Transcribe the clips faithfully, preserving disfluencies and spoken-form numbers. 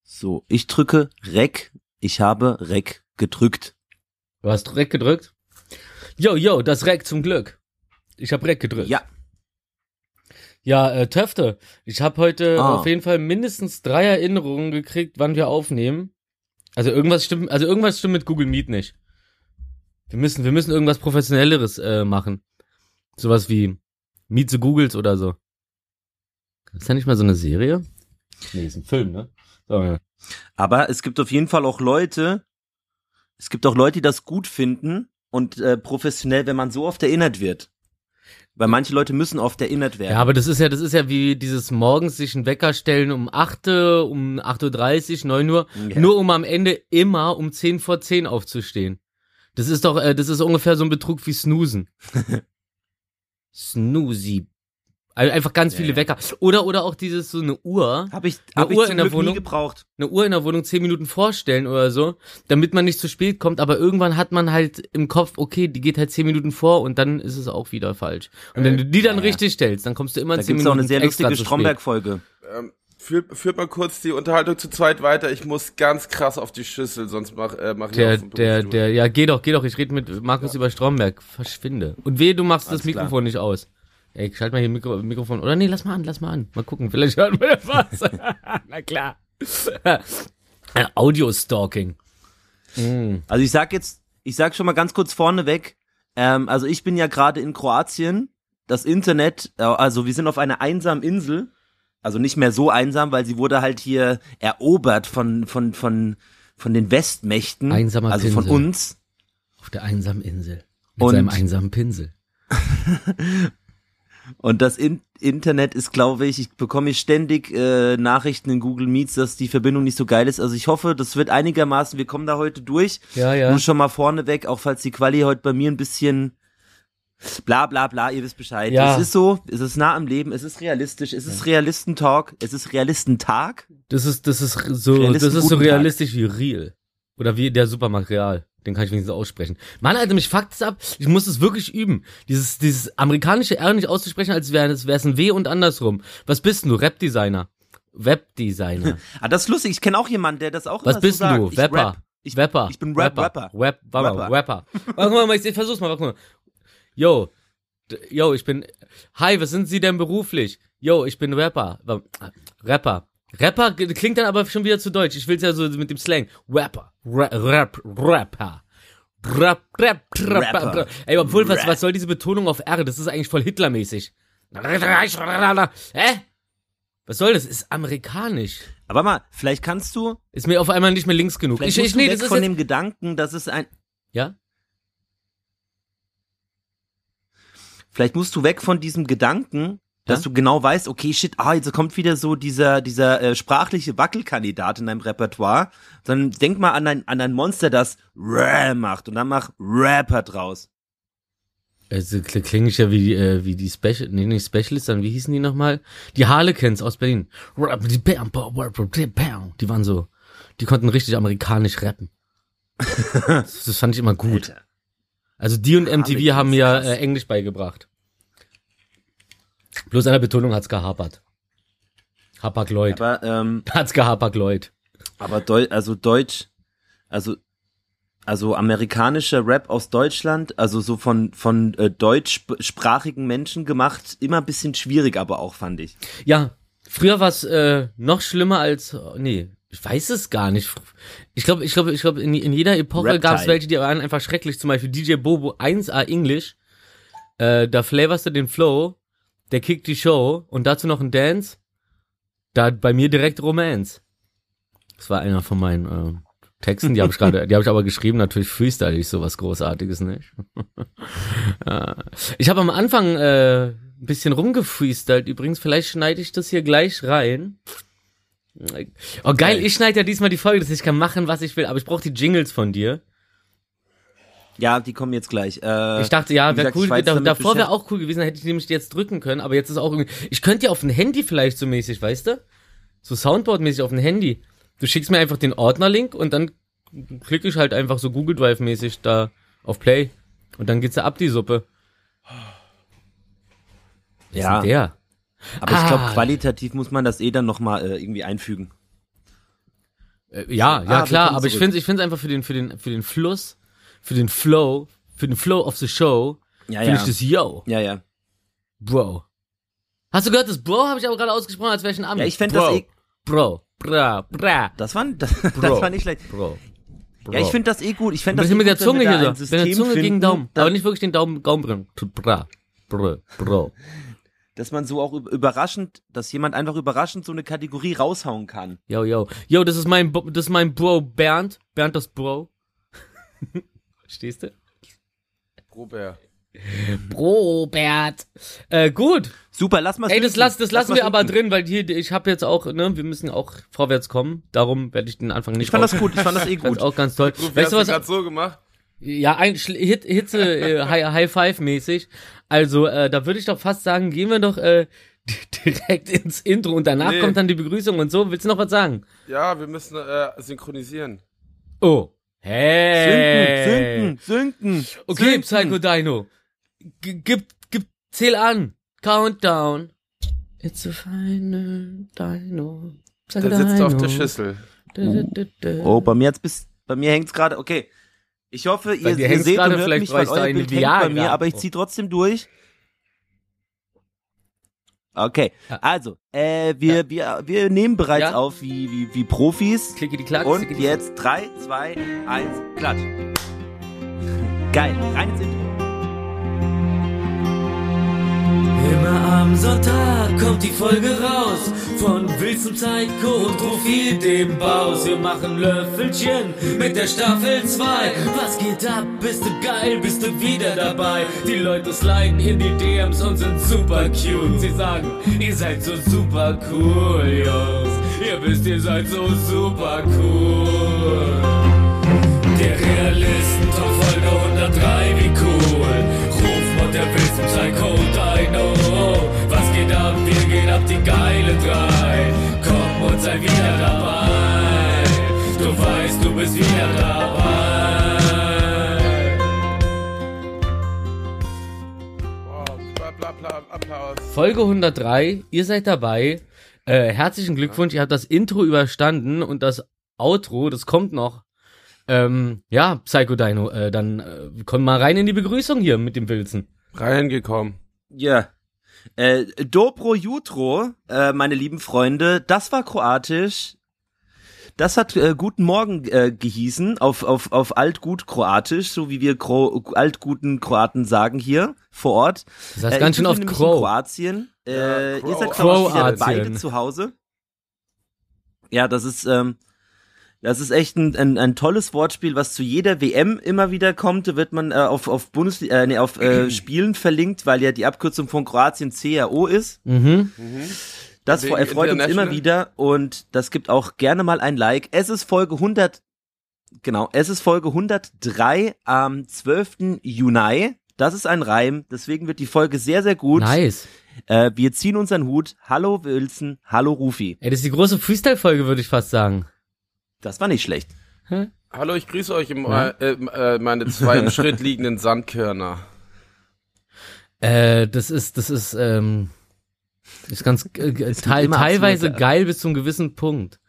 So, ich drücke Rec. Ich habe Rec gedrückt. Du hast Rec gedrückt? Yo, yo, das Rec zum Glück. Ich habe Rec gedrückt. Ja. Ja, äh, Töfte, ich habe heute Ah. auf jeden Fall mindestens drei Erinnerungen gekriegt, wann wir aufnehmen. Also irgendwas stimmt, also irgendwas stimmt mit Google Meet nicht. Wir müssen, wir müssen irgendwas Professionelleres äh, machen. Sowas wie Meet the Googles oder so. Ist ja nicht mal so eine Serie? Nee, ist ein Film, ne? So, ja. Aber es gibt auf jeden Fall auch Leute, es gibt auch Leute, die das gut finden und äh, professionell, wenn man so oft erinnert wird. Weil manche Leute müssen oft erinnert werden. Ja, aber das ist ja, das ist ja wie dieses morgens sich einen Wecker stellen um acht, um acht Uhr dreißig, neun Uhr, Ja. nur um am Ende immer um zehn vor zehn aufzustehen. Das ist doch, äh, das ist ungefähr so ein Betrug wie Snoozen. Snoozy. Also einfach ganz viele Ja, ja. Wecker. Oder, oder auch dieses, so eine Uhr. Hab ich, Eine hab ich Uhr zum in der Glück nie Wohnung? gebraucht. Eine Uhr in der Wohnung zehn Minuten vorstellen oder so, damit man nicht zu spät kommt, aber irgendwann hat man halt im Kopf, okay, die geht halt zehn Minuten vor und dann ist es auch wieder falsch. Und wenn du die dann Ja. richtig stellst, dann kommst du immer Da zehn gibt's auch Minuten eine sehr extra lustige zu spät. Stromberg-Folge. Ähm, führt, führt mal kurz die Unterhaltung zu zweit weiter. Ich muss ganz krass auf die Schüssel, sonst mach, äh, mach ich Der, auf den der, Berufsstuhl. der, ja, geh doch, geh doch, ich rede mit Markus über Stromberg. Verschwinde. Und wehe, du machst Alles das klar. Mikrofon nicht aus. Ey, schalt mal hier Mikro, Mikrofon. Oder nee, lass mal an, lass mal an. Mal gucken, vielleicht hört man ja was. Na klar. Audio-Stalking. Mm. Also ich sag jetzt, ich sag schon mal ganz kurz vorneweg, ähm, also ich bin ja gerade in Kroatien, das Internet, äh, also wir sind auf einer einsamen Insel, also nicht mehr so einsam, weil sie wurde halt hier erobert von von von von den Westmächten, Einsamer also von Pinsel. uns. Auf der einsamen Insel. Mit Und- seinem einsamen Pinsel. Und das In- Internet ist, glaube ich, ich bekomme ständig äh, Nachrichten in Google Meets, dass die Verbindung nicht so geil ist. Also ich hoffe, das wird einigermaßen, wir kommen da heute durch. Ja, ja. Nur schon mal vorneweg, auch falls die Quali heute bei mir ein bisschen bla bla bla, ihr wisst Bescheid. Ja. Es ist so, es ist nah am Leben, es ist realistisch, es ist Realistentalk, es ist Realistentag. Das ist, das ist so, Realisten- das ist so guten Tag. realistisch wie Real. Oder wie der Supermarkt Real. Den kann ich wenigstens aussprechen. Mann, Alter, mich fuckt es ab. Ich muss es wirklich üben. Dieses, dieses amerikanische R nicht auszusprechen, als wäre es ein W und andersrum. Was bist denn du? Rap-Designer. Webdesigner. Ah, das ist lustig, ich kenne auch jemanden, der das auch Was immer bist so denn sagt. du? Ich Rapper. rap. Ich, Rapper. ich bin Rap- Rapper. Rapper. Rap, warte mal, Rapper. Rapper. Warte mal, ich, ich versuch's mal, warte mal. Yo. D- Yo, ich bin, hi, was sind Sie denn beruflich? Yo, ich bin Rapper. Rapper. Rapper klingt dann aber schon wieder zu deutsch. Ich will's ja so mit dem Slang. Rapper. Rap, Rap, Rapper. Rap, Rap, Rap, Rapper. Rap. Ey, obwohl, was, Rap. was soll diese Betonung auf R? Das ist eigentlich voll Hitlermäßig. Hä? Was soll das? Ist amerikanisch. Aber mal, vielleicht kannst du, Ist mir auf einmal nicht mehr links genug. vielleicht Ich, musst ich, du nee, weg das ist von jetzt, dem Gedanken, dass es ein, ja? vielleicht musst du weg von diesem Gedanken, dass Ja? du genau weißt, okay, shit, ah, jetzt kommt wieder so dieser dieser äh, sprachliche Wackelkandidat in deinem Repertoire. Dann denk mal an ein an ein Monster, das Rah macht und dann mach Rapper draus. Also kl- klinge ich ja wie, äh, wie die Special, nee, nicht Specialists, sondern wie hießen die nochmal? Die Harlequins aus Berlin. Die waren so, die konnten richtig amerikanisch rappen. Das, das fand ich immer gut. Alter. Also die und M T V Harlequins, haben mir krass. äh, Englisch beigebracht. Bloß an der Betonung hat's gehapert. Hapag Lloyd. Aber ähm, Hat's gehapert Lloyd. aber Deu also Deutsch, also also amerikanischer Rap aus Deutschland, also so von von äh, deutschsprachigen Menschen gemacht, immer ein bisschen schwierig, aber auch fand ich. Ja, früher war's äh, noch schlimmer als, nee, ich weiß es gar nicht. Ich glaube, ich glaube, ich glaube, in, in jeder Epoche Reptile. gab's welche, die waren einfach schrecklich. Zum Beispiel D J Bobo eins A English. Äh, da flavorst du den Flow, der kickt die Show und dazu noch ein Dance. Da bei mir direkt Romance. Das war einer von meinen äh, Texten, die habe ich gerade, die habe ich aber geschrieben. Natürlich freestyle ich sowas Großartiges nicht. Ja. Ich habe am Anfang äh, ein bisschen rumgefreestylt. Übrigens, vielleicht schneide ich das hier gleich rein. Oh geil, Geil. ich schneide ja diesmal die Folge, dass ich kann machen, was ich will. Aber ich brauche die Jingles von dir. Ja, die kommen jetzt gleich. Äh, Ich dachte, ja, wie wäre gesagt, ich cool. war jetzt Da, damit davor wäre beschäftigt. auch cool gewesen, dann hätte ich nämlich die jetzt drücken können. Aber jetzt ist auch irgendwie. Ich könnte ja auf ein Handy vielleicht so mäßig, weißt du? So Soundboard-mäßig auf ein Handy. Du schickst mir einfach den Ordner-Link und dann klicke ich halt einfach so Google Drive-mäßig da auf Play. Und dann geht's ja ab, die Suppe. Wer Ja. ist denn der? Aber ich glaube, Ah. qualitativ muss man das eh dann nochmal äh, irgendwie einfügen. Äh, ja, ja Ah, wir klar, kommen aber ich zurück. finde ich finde einfach für den für den für den Fluss, für den Flow, für den Flow of the Show, Ja, finde ja. ich das Yo, Ja, ja. Bro. Hast du gehört, das Bro habe ich aber gerade ausgesprochen, als wäre ich ein Ami. Ja, ich fänd Bro. das eh- Bro, bra, bra. Das war, das, das Bro. war nicht schlecht. Bro. Bro. Ja, ich finde das eh gut. Ich fände Ein das bisschen eh mit der gut, wenn Zunge wir da hier ein so. Mit der System Zunge gegen finden, Daumen. da- Aber nicht wirklich den Daumen, Gaumen bringen. Bra, bro, bro. dass man so auch üb- überraschend, dass jemand einfach überraschend so eine Kategorie raushauen kann. Yo, yo. Yo, das ist mein, Bo- das ist mein Bro Bernd. Bernd das Bro. Verstehst du? Robert. Robert. Äh, gut. Super, lass mal Ey, das, sinken. lass, das lassen mal wir aber sinken. drin, weil hier, ich habe jetzt auch, ne, wir müssen auch vorwärts kommen. Darum werde ich den Anfang nicht Ich fand raus- das gut, ich fand das eh Das ist gut. auch ganz toll. Rufi, Weißt du hast was? du grad so gemacht? Ja, ein Schl- Hit, Hitze, äh, High, High Five mäßig. Also, äh, da würde ich doch fast sagen, gehen wir doch äh, direkt ins Intro und danach Nee. kommt dann die Begrüßung und so. Willst du noch was sagen? Ja, wir müssen äh, synchronisieren. Oh. Hey. Sinken, sinken, sinken. Okay, sinken. Psycho Dino. G gib, gib, zähl an. Countdown. It's a final Dino. Psycho Der sitzt Dino. auf der Schüssel. Du, du, du, du. Oh, bei mir hat's bis, bei mir hängt's gerade, okay. Ich hoffe, ihr, dir ihr hängt's seht gerade, und hört vielleicht mich, weil bräuchst du euer eine Bild hängt bei Viagra. mir, aber ich zieh trotzdem durch. Okay, Ja. also, äh, wir, wir, wir nehmen bereits Ja. auf wie, wie, wie Profis. Klicke die Klack. Und jetzt drei, zwei, eins, klatsch. Geil, rein ins Intro. Immer am Sonntag kommt die Folge raus von Wilson Psycho und Rufi dem Baus. Wir machen Löffelchen mit der Staffel zwei. Was geht ab? Bist du geil? Bist du wieder dabei? Die Leute sliden in die D Ms und sind super cute. Sie sagen, ihr seid so super cool, Jungs. Ihr wisst, ihr seid so super cool. Der Realisten-Talk Folge hundertdrei, wie cool. Rufmord, der Wilson Psycho Dino. Was geht ab? Wir gehen ab die geile drei. Komm und sei wieder dabei. Du weißt, du bist wieder dabei. Wow, bla, bla, bla, Applaus. Folge hundertdrei, ihr seid dabei. Äh, herzlichen Glückwunsch, ihr habt das Intro überstanden und das Outro, das kommt noch. Ähm, ja, Psycho Dino, äh, dann äh, komm mal rein in die Begrüßung hier mit dem Wilson. Reingekommen. Ja. Äh, Dobro Jutro, äh, meine lieben Freunde, das war kroatisch. Das hat äh, guten Morgen äh, gehießen, auf, auf, auf altgut kroatisch, so wie wir Kro altguten Kroaten sagen hier vor Ort. Das heißt Äh, ganz ich schön oft befinde mich in Crow. Kroatien. Äh, Ja, ihr seid Crow- Kroatien Kroatien. beide zu Hause. Ja, das ist, ähm, das ist echt ein, ein, ein tolles Wortspiel, was zu jeder W M immer wieder kommt. Da wird man äh, auf, auf Bundesliga, äh, nee, auf äh, Spielen verlinkt, weil ja die Abkürzung von Kroatien C R O ist. Mhm. Das Wegen erfreut uns International? immer wieder und das gibt auch gerne mal ein Like. Es ist Folge hundert, genau, es ist Folge hundertdrei am zwölften Juni. Das ist ein Reim, deswegen wird die Folge sehr, sehr gut. Nice. Äh, wir ziehen unseren Hut. Hallo Wilson, hallo Rufi. Ey, das ist die große Freestyle-Folge, würde ich fast sagen. Das war nicht schlecht. Hallo, ich grüße euch im, Ja. äh, äh, meine zwei im Schritt liegenden Sandkörner. Äh, das ist, das ist, ähm, ist ganz äh, Es gibt teil, immer teilweise absolute- geil bis zu einem gewissen Punkt.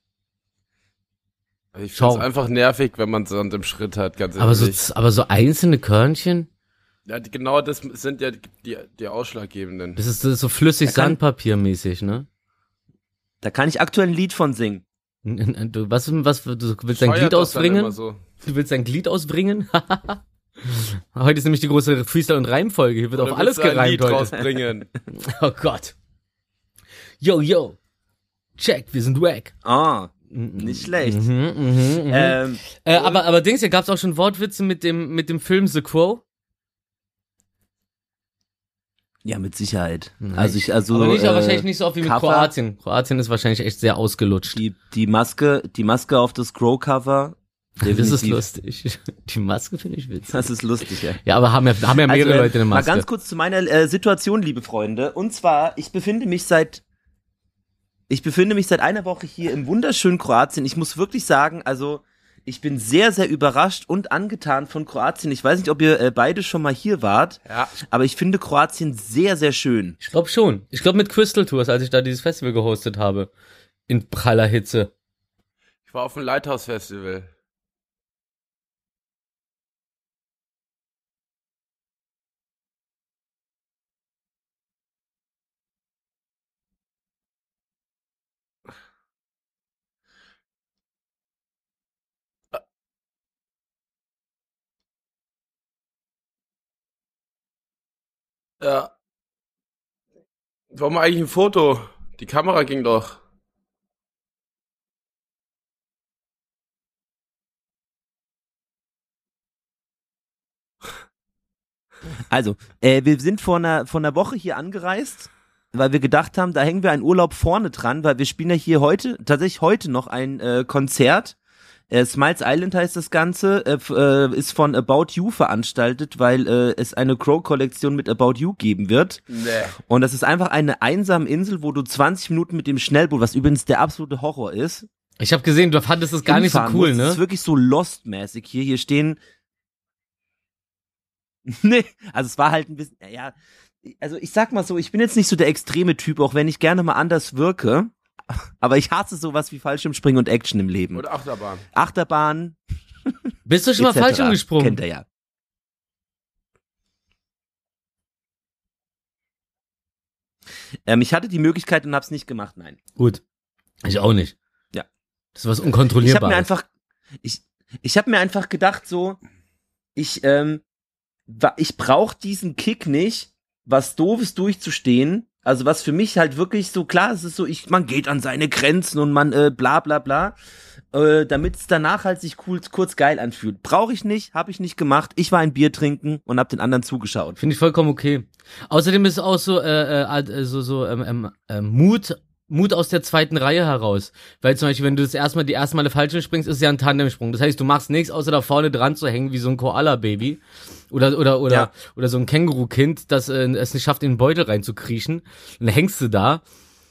Ich Schau. find's einfach nervig, wenn man Sand im Schritt hat, ganz Aber ehrlich. so, aber so einzelne Körnchen, Ja, die, genau das sind ja die, die ausschlaggebenden. das ist, das ist so flüssig Da kann- Sandpapiermäßig, ne? Da kann ich aktuell ein Lied von singen. Du, was, was, du willst dein Feuert Glied das dann immer ausbringen? so. Du willst dein Glied ausbringen? Heute ist nämlich die große Freestyle- und Reimfolge. Hier wird Oder auf alles willst du ein gereimt Lied heute. rausbringen. Oh Gott. Yo, yo. Check, wir sind wack. Ah, nicht schlecht. Mhm, mhm, mhm. Ähm, Äh, aber, aber Dings, hier gab's auch schon Wortwitze mit dem, mit dem Film The Crow. ja, mit Sicherheit. Nein. Also ich, also aber nicht, äh, aber wahrscheinlich nicht so oft wie mit Cover- Kroatien. Kroatien ist wahrscheinlich echt sehr ausgelutscht. Die, die Maske, die Maske auf das Crow-Cover. Das ist definitiv. lustig. Die Maske finde ich witzig. Das ist lustig, ja. Ja, aber haben ja, haben ja mehrere Also, äh, Leute eine Maske. Mal ganz kurz zu meiner äh, Situation, liebe Freunde. Und zwar, ich befinde mich seit, ich befinde mich seit einer Woche hier im wunderschönen Kroatien. Ich muss wirklich sagen, also ich bin sehr, sehr überrascht und angetan von Kroatien. Ich weiß nicht, ob ihr äh, beide schon mal hier wart, Ja. aber ich finde Kroatien sehr, sehr schön. Ich glaube schon. Ich glaube mit Crystal Tours, als ich da dieses Festival gehostet habe. In praller Hitze. Ich war auf dem Lighthouse-Festival. Ja. Warum eigentlich ein Foto? Die Kamera ging doch. Also, äh, wir sind vor einer, vor einer Woche hier angereist, weil wir gedacht haben, da hängen wir einen Urlaub vorne dran, weil wir spielen ja hier heute, tatsächlich heute noch ein äh, Konzert. Äh, Smiles Island heißt das Ganze, äh, f- äh, ist von About You veranstaltet, weil äh, es eine Crow-Kollektion mit About You geben wird. Nee. Und das ist einfach eine einsame Insel, wo du zwanzig Minuten mit dem Schnellboot, was übrigens der absolute Horror ist, Ich habe gesehen, du fandest es gar nicht so hinfahren cool, musst. Das ist ne? wirklich so Lost-mäßig hier. Hier stehen nee, also es war halt ein bisschen, ja, also ich sag mal so, ich bin jetzt nicht so der extreme Typ, auch wenn ich gerne mal anders wirke, aber ich hasse sowas wie Fallschirmspringen und Action im Leben. Und Achterbahn. Achterbahn, Bist du schon mal et cetera. Fallschirm gesprungen? Kennt er ja. Ähm, ich hatte die Möglichkeit und hab's nicht gemacht, nein. Gut. Ich auch nicht. Ja. Das ist was Ich habe Unkontrollierbares. mir einfach, ich, ich habe mir einfach gedacht so, ich, ähm, wa- ich brauche diesen Kick nicht, was Doofes durchzustehen. Also was für mich halt wirklich so klar ist, ist so, ich, man geht an seine Grenzen und man äh, bla bla bla, äh, damit es danach halt sich cool, kurz geil anfühlt. Brauche ich nicht, habe ich nicht gemacht. Ich war ein Bier trinken und habe den anderen zugeschaut. Finde ich vollkommen okay. Außerdem ist es auch so, äh, äh, so, so ähm, ähm, äh, Mut, Mut aus der zweiten Reihe heraus. Weil zum Beispiel, wenn du das erstmal die erste Male Fallschirm springst, ist es ja ein Tandemsprung. Das heißt, du machst nichts, außer da vorne dran zu hängen wie so ein Koala-Baby. Oder, oder, oder, Ja. oder so ein Känguru-Kind, das äh, es nicht schafft, in den Beutel reinzukriechen. Und dann hängst du da.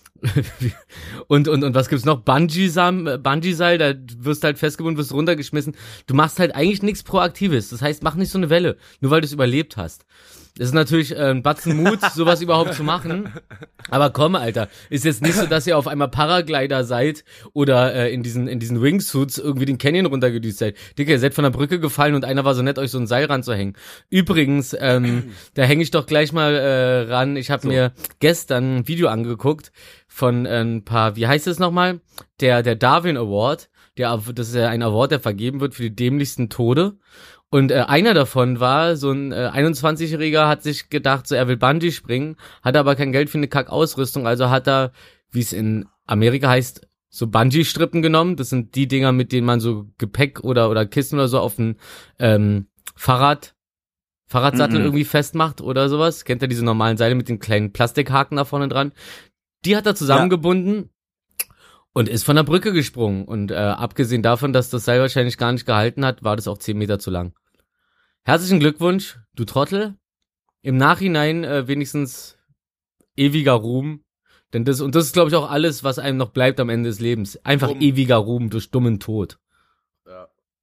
und, und, und was gibt's noch? Bungee-Seil, Bungee-Seil, da wirst halt festgebunden, wirst runtergeschmissen. Du machst halt eigentlich nichts Proaktives. Das heißt, mach nicht so eine Welle, nur weil du es überlebt hast. Das ist natürlich äh, ein Batzen Mut, sowas überhaupt zu machen. Aber komm, Alter, ist jetzt nicht so, dass ihr auf einmal Paraglider seid oder äh, in diesen in diesen Wingsuits irgendwie den Canyon runtergedüst seid. Digga, ihr seid von der Brücke gefallen und einer war so nett, euch so ein Seil ranzuhängen. Übrigens, ähm, da hänge ich doch gleich mal äh, ran. Ich habe So. mir gestern ein Video angeguckt von äh, ein paar, wie heißt es nochmal? Der der Darwin Award. Der, das ist ja ein Award, der vergeben wird für die dämlichsten Tode. Und äh, einer davon war, so ein äh, einundzwanzigjähriger hat sich gedacht, so er will Bungee springen, hat aber kein Geld für eine Kackausrüstung, also hat er, wie es in Amerika heißt, so Bungee-Strippen genommen. Das sind die Dinger, mit denen man so Gepäck oder oder Kissen oder so auf ein ähm, Fahrrad, Fahrradsattel Mhm. irgendwie festmacht oder sowas. Kennt ihr diese normalen Seile mit den kleinen Plastikhaken da vorne dran? Die hat er zusammengebunden. Und ist von der Brücke gesprungen. Und äh, abgesehen davon, dass das Seil wahrscheinlich gar nicht gehalten hat, war das auch zehn Meter zu lang. Herzlichen Glückwunsch, du Trottel. Im Nachhinein äh, wenigstens ewiger Ruhm. Denn das, und das ist, glaube ich, auch alles, was einem noch bleibt am Ende des Lebens. Einfach Ruhm. ewiger Ruhm durch dummen Tod. Ja.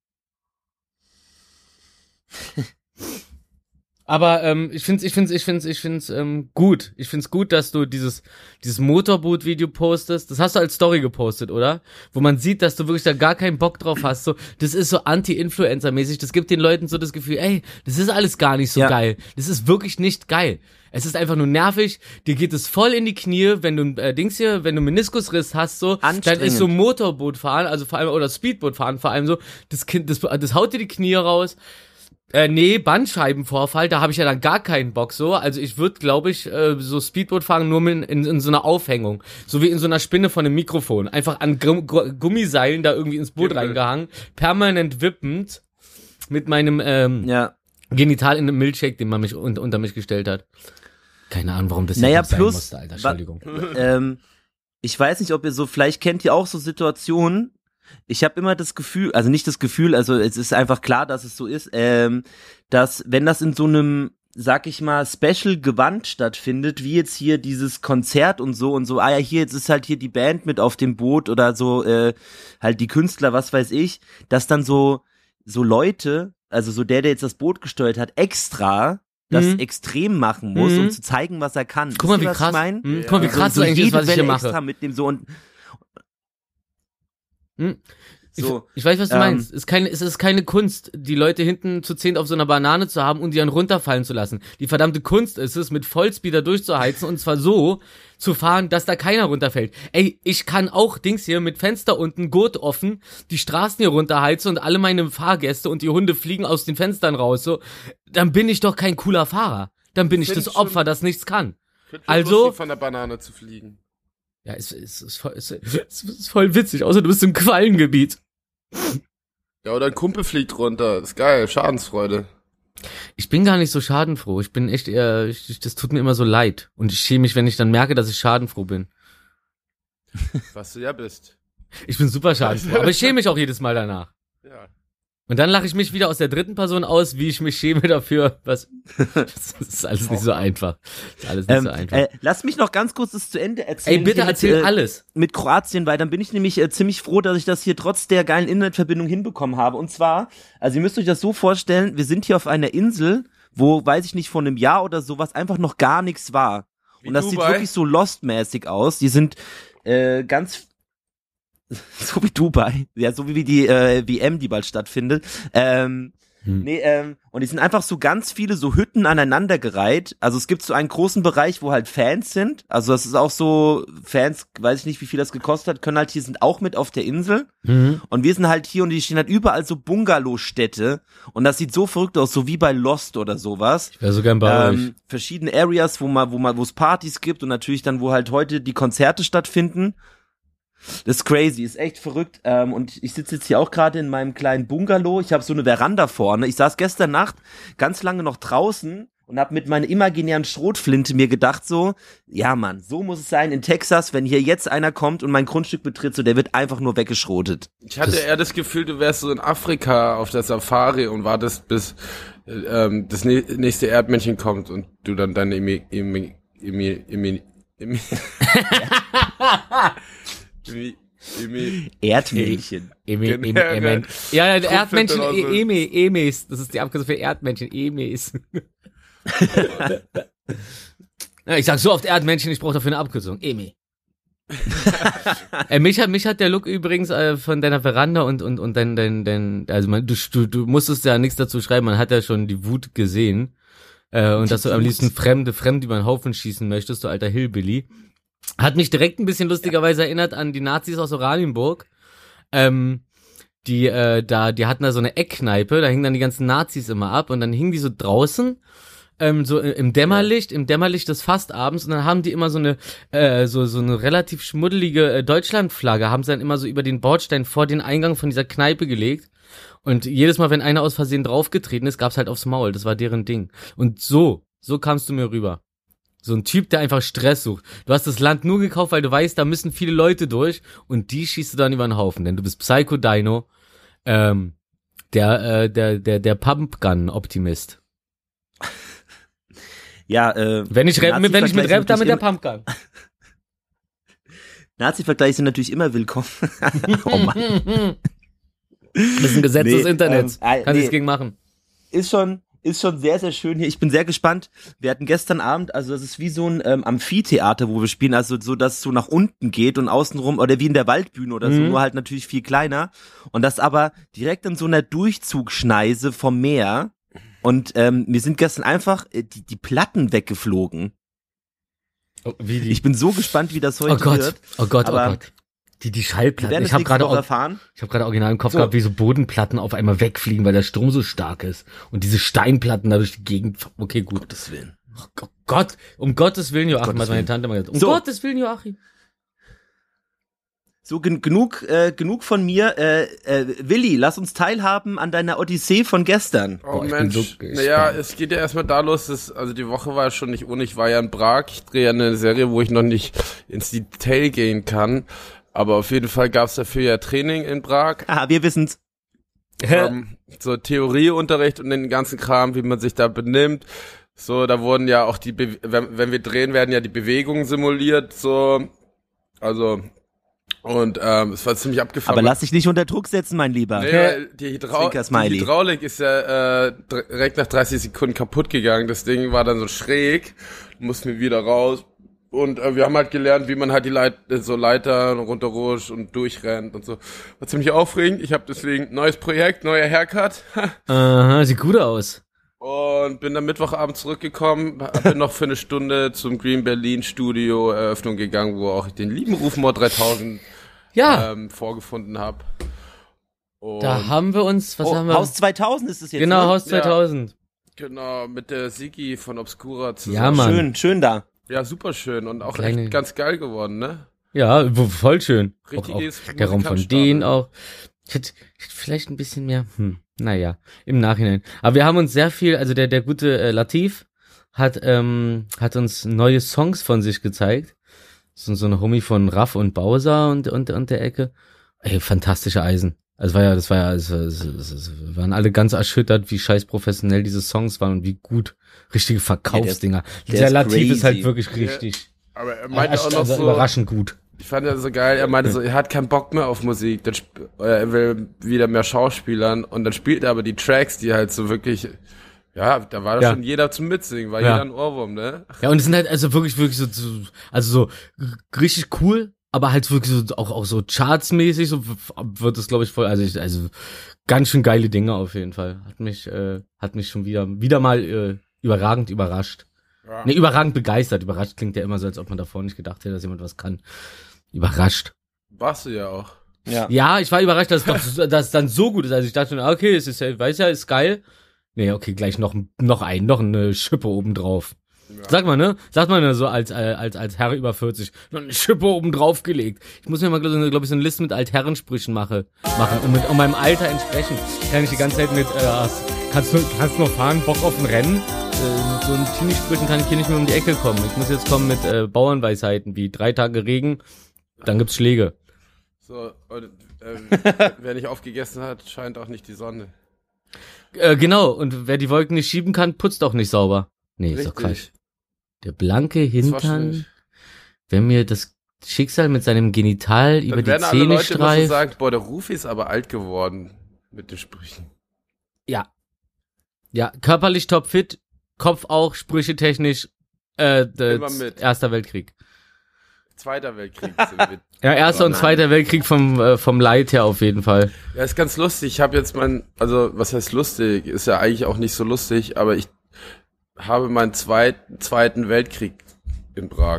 Aber ähm, ich find's, ich find's, ich find's, ich find's ähm, gut. Ich find's gut, dass du dieses dieses Motorboot-Video postest. Das hast du als Story gepostet, oder? Wo man sieht, dass du wirklich da gar keinen Bock drauf hast. So, das ist so Anti-Influencer-mäßig. Das gibt den Leuten so das Gefühl, ey, das ist alles gar nicht so Ja. geil. Das ist wirklich nicht geil. Es ist einfach nur nervig. Dir geht es voll in die Knie, wenn du äh, Dings hier, wenn du Meniskusriss hast, so, dann Anstrengend. ist so Motorbootfahren, also vor allem oder Speedbootfahren vor allem so, das Kind, das, das haut dir die Knie raus. Äh, nee, Bandscheibenvorfall, da habe ich ja dann gar keinen Bock so. Also ich würde, glaube ich, äh, so Speedboot fahren nur mit in, in so einer Aufhängung. So wie in so einer Spinne von einem Mikrofon. Einfach an Gum Gu- Gummiseilen da irgendwie ins Boot Gimbal. reingehangen. Permanent wippend. Mit meinem ähm, Ja. Genital in einem Milchshake, den man mich un unter mich gestellt hat. Keine Ahnung, warum das Naja, jetzt noch sein plus, musste, Alter. wa- Entschuldigung. ähm, ich weiß nicht, ob ihr so, vielleicht kennt ihr auch so Situationen. Ich habe immer das Gefühl, also nicht das Gefühl, also es ist einfach klar, dass es so ist, ähm, dass wenn das in so einem, sag ich mal, Special-Gewand stattfindet, wie jetzt hier dieses Konzert und so und so, ah ja, hier, jetzt ist halt hier die Band mit auf dem Boot oder so, äh, halt die Künstler, was weiß ich, dass dann so, so Leute, also so der, der jetzt das Boot gesteuert hat, extra das Mhm. extrem machen muss, Mhm. um zu zeigen, was er kann. Guck mal, Wisst wie ihr, was krass, ich mein? hm, Ja. guck mal, wie krass so, das so eigentlich ist, jede was ich hier Welle mache. extra mitnehmen, so und Hm? So, Ich, ich weiß, was du ähm, meinst. Es ist, keine, es ist keine Kunst, die Leute hinten zu zehn auf so einer Banane zu haben und die dann runterfallen zu lassen. Die verdammte Kunst ist es, mit Vollspeeder durchzuheizen und zwar so zu fahren, dass da keiner runterfällt. Ey, ich kann auch Dings hier mit Fenster unten, Gurt offen, die Straßen hier runterheizen und alle meine Fahrgäste und die Hunde fliegen aus den Fenstern raus. So, dann bin ich doch kein cooler Fahrer. Dann bin ich Find das schon- Opfer, das nichts kann. Find schon Also- lustig, von der Banane zu fliegen. Ja, es ist, ist, voll, ist, ist, ist voll witzig, außer du bist im Quallengebiet. Ja, oder ein Kumpel fliegt runter. Das ist geil, Schadensfreude. Ich bin gar nicht so schadenfroh. Ich bin echt eher, ich, das tut mir immer so leid. Und ich schäme mich, wenn ich dann merke, dass ich schadenfroh bin. Was du ja bist. Ich bin super schadenfroh, aber ich schäme mich auch jedes Mal danach. Ja. Und dann lache ich mich wieder aus der dritten Person aus, wie ich mich schäme dafür. Was? Das ist alles nicht so einfach. Das ist alles nicht ähm, so einfach. äh, lass mich noch ganz kurz das zu Ende Ey, erzählen. bitte hier erzähl mit, äh, alles. mit Kroatien, weil dann bin ich nämlich äh, ziemlich froh, dass ich das hier trotz der geilen Internetverbindung hinbekommen habe. Und zwar, also ihr müsst euch das so vorstellen, wir sind hier auf einer Insel, wo, weiß ich nicht, vor einem Jahr oder sowas einfach noch gar nichts war. Wie Und das Dubai? sieht wirklich so Lost-mäßig aus. Die sind äh, ganz so wie Dubai, ja, so wie die äh, W M, die bald stattfindet. Ähm, Hm. Nee, ähm, und die sind einfach so ganz viele so Hütten aneinandergereiht. Also es gibt so einen großen Bereich, wo halt Fans sind. Also das ist auch so, Fans, weiß ich nicht, wie viel das gekostet hat, können halt hier, sind auch mit auf der Insel. Mhm. Und wir sind halt hier und die stehen halt überall so Bungalow-Städte. Und das sieht so verrückt aus, so wie bei Lost oder sowas. Ich wäre so gern bei euch. Ähm, verschiedene Areas, wo man, wo man, wo es Partys gibt und natürlich dann, wo halt heute die Konzerte stattfinden. Das ist crazy, ist echt verrückt. Ähm, und ich sitze jetzt hier auch gerade in meinem kleinen Bungalow. Ich habe so eine Veranda vorne. Ich saß gestern Nacht ganz lange noch draußen und habe mit meiner imaginären Schrotflinte mir gedacht so, ja Mann, so muss es sein in Texas, wenn hier jetzt einer kommt und mein Grundstück betritt, so der wird einfach nur weggeschrotet. Ich hatte Das- eher das Gefühl, du wärst so in Afrika auf der Safari und wartest, bis äh, ähm, das nä- nächste Erdmännchen kommt und du dann deine Emi, Emi, Emi, Emi, Emi, Emi, Emi, Erdmännchen. Eme, Eme, Genau, Eme, geil. ja, ja, Fruchtfette Erdmännchen, oder so. E- Eme, Emes. Das ist die Abkürzung für Erdmännchen, Emes. Ja, ich sag so oft Erdmännchen, ich brauche dafür eine Abkürzung. Eme. äh, mich hat mich hat der Look übrigens äh, von deiner Veranda und und und dein dein dein also man, du, du du musstest ja nichts dazu schreiben, man hat ja schon die Wut gesehen äh, und dass du am liebsten Fremde Fremde über den Haufen schießen möchtest, du alter Hillbilly. Hat mich direkt ein bisschen lustigerweise erinnert an die Nazis aus Oranienburg. Ähm, die äh, da die hatten da so eine Eckkneipe, da hingen dann die ganzen Nazis immer ab und dann hingen die so draußen ähm, so im Dämmerlicht, im Dämmerlicht des Fastabends und dann haben die immer so eine äh, so so eine relativ schmuddelige äh, Deutschlandflagge, haben sie dann immer so über den Bordstein vor den Eingang von dieser Kneipe gelegt und jedes Mal, wenn einer aus Versehen draufgetreten ist, gab's halt aufs Maul, das war deren Ding. Und so, so kamst du mir rüber. So ein Typ, der einfach Stress sucht. Du hast das Land nur gekauft, weil du weißt, da müssen viele Leute durch und die schießt du dann über den Haufen, denn du bist Psycho Dino, ähm, der äh, der der der Pumpgun-Optimist. Ja, äh, Wenn ich, rap, wenn ich mit Rap, dann mit der Nazi-Vergleich Pumpgun. Nazi-Vergleiche sind natürlich immer willkommen. Oh Mann. Das ist ein Gesetz Nee, des Internets. ähm, äh, Kann nee. nichts gegen machen. Ist schon, ist schon sehr, sehr schön hier. Ich bin sehr gespannt. Wir hatten gestern Abend, also das ist wie so ein ähm, Amphitheater, wo wir spielen, also so, dass es so nach unten geht und außenrum, oder wie in der Waldbühne oder so, Mhm. nur halt natürlich viel kleiner. Und das aber direkt in so einer Durchzugschneise vom Meer. Und ähm, mir sind gestern einfach äh, die, die Platten weggeflogen. Oh, wie die? Ich bin so gespannt, wie das heute oh Gott, wird. oh Gott, Aber oh Gott. Die, die Wir Schallplatten. werden Ich es habe nächste gerade Woche auch, erfahren. ich habe gerade original im Kopf So. gehabt, wie so Bodenplatten auf einmal wegfliegen, weil der Strom so stark ist. Und diese Steinplatten da durch die Gegend. Okay, gut. Gottes Willen. Oh Gott, um Gottes Willen, Joachim, Gottes hat meine Willen. Tante mal gesagt. Um So. Gottes Willen, Joachim. So, gen genug, äh, genug von mir. Äh, äh, Willi, lass uns teilhaben an deiner Odyssee von gestern. Oh Boah, ich bin Mensch, so gespannt. naja, es geht ja erstmal da los, dass, also die Woche war ja schon nicht ohne, ich war ja in Prag, ich drehe ja eine Serie, wo ich noch nicht ins Detail gehen kann, aber auf jeden Fall gab's dafür ja Training in Prag, Ah, wir wissen's. ähm, so Theorieunterricht und den ganzen Kram, wie man sich da benimmt, so, da wurden ja auch die, Be wenn, wenn wir drehen, werden ja die Bewegungen simuliert, so, also, und ähm, es war ziemlich abgefahren. Aber lass dich nicht unter Druck setzen, mein Lieber. Nee, weil die, Hydra Zwinker Smiley. die Hydraulik ist ja äh, direkt nach dreißig Sekunden kaputt gegangen. Das Ding war dann so schräg, mussten wir wieder raus Und äh, wir haben halt gelernt, wie man halt die Leit so Leitern runterrutscht und durchrennt und so. War ziemlich aufregend. Ich habe deswegen neues Projekt, neuer Haircut. Aha, sieht gut aus. Und bin dann Mittwochabend zurückgekommen, bin noch für eine Stunde zum Green Berlin Studio Eröffnung gegangen, wo auch ich den lieben Rufmord dreitausend Ja, ähm, vorgefunden habe. da haben wir uns, was Oh, haben wir? Haus zweitausend ist es jetzt, genau, ne? Haus zweitausend. Genau, mit der Sigi von Obscura zusammen. Ja, Mann. Schön, schön da. Ja, super schön und auch Kleine- echt ganz geil geworden, ne? Ja, wo- voll schön. Auch, auch Richtiges der Raum von Musikantenstadel. denen auch. Ich hätte, ich hätte vielleicht ein bisschen mehr, hm, naja, im Nachhinein. Aber wir haben uns sehr viel, also der, der gute äh, Latif hat, ähm, hat uns neue Songs von sich gezeigt. So, so ein Homie von Raff und Bowser und, und, und der Ecke. Ey, fantastische Eisen. Also war ja, das war ja, es, es, es, es wir waren alle ganz erschüttert, wie scheiß professionell diese Songs waren und wie gut. Richtige Verkaufsdinger. der Dieser ist Latif ist halt crazy. wirklich richtig. Aber er meinte auch noch also so, überraschend gut. ich fand das so geil, er meinte so, er hat keinen Bock mehr auf Musik, dann sp- oder er will wieder mehr Schauspielern und dann spielt er aber die Tracks, die halt so wirklich, ja, da war Ja. schon jeder zum Mitsingen, war Ja. jeder ein Ohrwurm, ne? Ja, und es sind halt also wirklich, wirklich so, so also so r- richtig cool, aber halt wirklich so auch, auch so chartsmäßig, so w- wird es, glaube ich, voll, also ich, also ganz schön geile Dinge auf jeden Fall. Hat mich, äh, hat mich schon wieder, wieder mal äh, überragend überrascht. Ja. Ne, überragend begeistert. Überrascht klingt ja immer so, als ob man davor nicht gedacht hätte, dass jemand was kann. Überrascht. Warst du ja auch. Ja. Ja, ich war überrascht, dass es, doch, so- dass es dann so gut ist. Also ich dachte schon, okay, es ist ja, weiß ja, ist geil. Nee, okay, gleich noch, noch ein, noch eine Schippe obendrauf. Sag mal, ne? Sagt man ja so als, äh, als, als Herr über vierzig. Noch eine Schippe oben drauf gelegt. Ich muss mir mal, glaube glaub ich, so eine Liste mit Altherrensprüchen mache, machen, um, mit, um meinem Alter entsprechend. Kann ich die ganze Zeit mit, äh, kannst du, kannst du noch fahren, Bock auf ein Rennen? Äh, mit so einen Teenie-Sprüchen kann ich hier nicht mehr um die Ecke kommen. Ich muss jetzt kommen mit, äh, Bauernweisheiten, wie drei Tage Regen, dann gibt's Schläge. So, und, äh, wer nicht aufgegessen hat, scheint auch nicht die Sonne. Äh, genau, und wer die Wolken nicht schieben kann, putzt auch nicht sauber. Nee, ist doch Quatsch. Der blanke Das war Hintern, schwierig. wenn mir das Schicksal mit seinem Genital über Dann die werden alle Zähne Leute immer so streift. sagen, boah, der Rufi ist aber alt geworden mit den Sprüchen. Ja. Ja, körperlich topfit, Kopf auch, Sprüche technisch, äh, d- Immer mit. Erster Weltkrieg. Zweiter Weltkrieg sind wir. Ja, Erster Oh und nein. Zweiter Weltkrieg vom, äh, vom Leid her auf jeden Fall. Ja, ist ganz lustig. Ich habe jetzt mein, also was heißt lustig? Ist ja eigentlich auch nicht so lustig, aber ich habe meinen zweiten, zweiten Weltkrieg in Prag.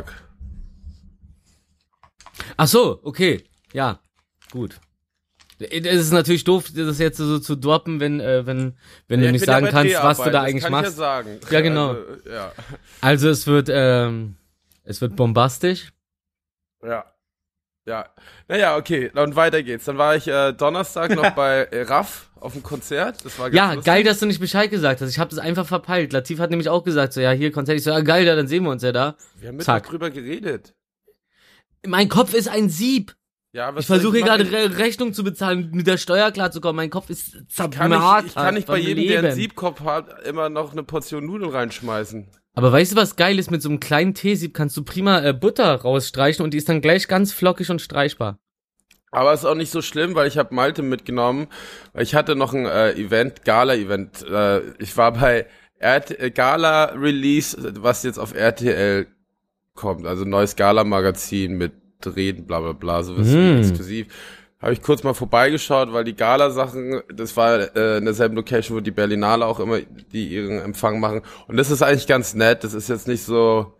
Ach so, okay. Ja, gut. Es ist natürlich doof, das jetzt so zu droppen, wenn, äh, wenn, wenn Ja, du ich nicht bin sagen ja bei kannst, was du Dreharbeit, da das eigentlich kann machst. Ich ja, sagen. Ja, genau. Also, ja. Also es wird, ähm, es wird bombastisch. Ja. Ja. Naja, okay, und weiter geht's. Dann war ich äh, Donnerstag noch bei äh, Raff auf dem Konzert. Das war ganz Ja, lustig. geil, dass du nicht Bescheid gesagt hast. Ich habe das einfach verpeilt. Latif hat nämlich auch gesagt, so, ja, hier Konzert. Ich so, ja, geil, ja, dann sehen wir uns ja da. Wir haben mit Zack. drüber geredet. Mein Kopf ist ein Sieb. Ja, was Ich versuche hier soll gerade machen? Re Rechnung zu bezahlen, mit der Steuer klarzukommen. Mein Kopf ist Kann zermartert. ich, ich kann nicht bei vom jedem, der einen Leben. Siebkopf hat, immer noch eine Portion Nudeln reinschmeißen. Aber weißt du, was geil ist? Mit so einem kleinen Teesieb kannst du prima äh, Butter rausstreichen und die ist dann gleich ganz flockig und streichbar. Aber ist auch nicht so schlimm, weil ich habe Malte mitgenommen. Weil ich hatte noch ein äh, Event, Gala-Event. Äh, ich war bei R T äh, Gala-Release, was jetzt auf R T L kommt. Also ein neues Gala-Magazin mit Reden, bla bla bla, sowas Mm. exklusiv. Habe ich kurz mal vorbeigeschaut, weil die Gala-Sachen, das war äh, in derselben Location, wo die Berlinale auch immer die ihren Empfang machen. Und das ist eigentlich ganz nett. Das ist jetzt nicht so,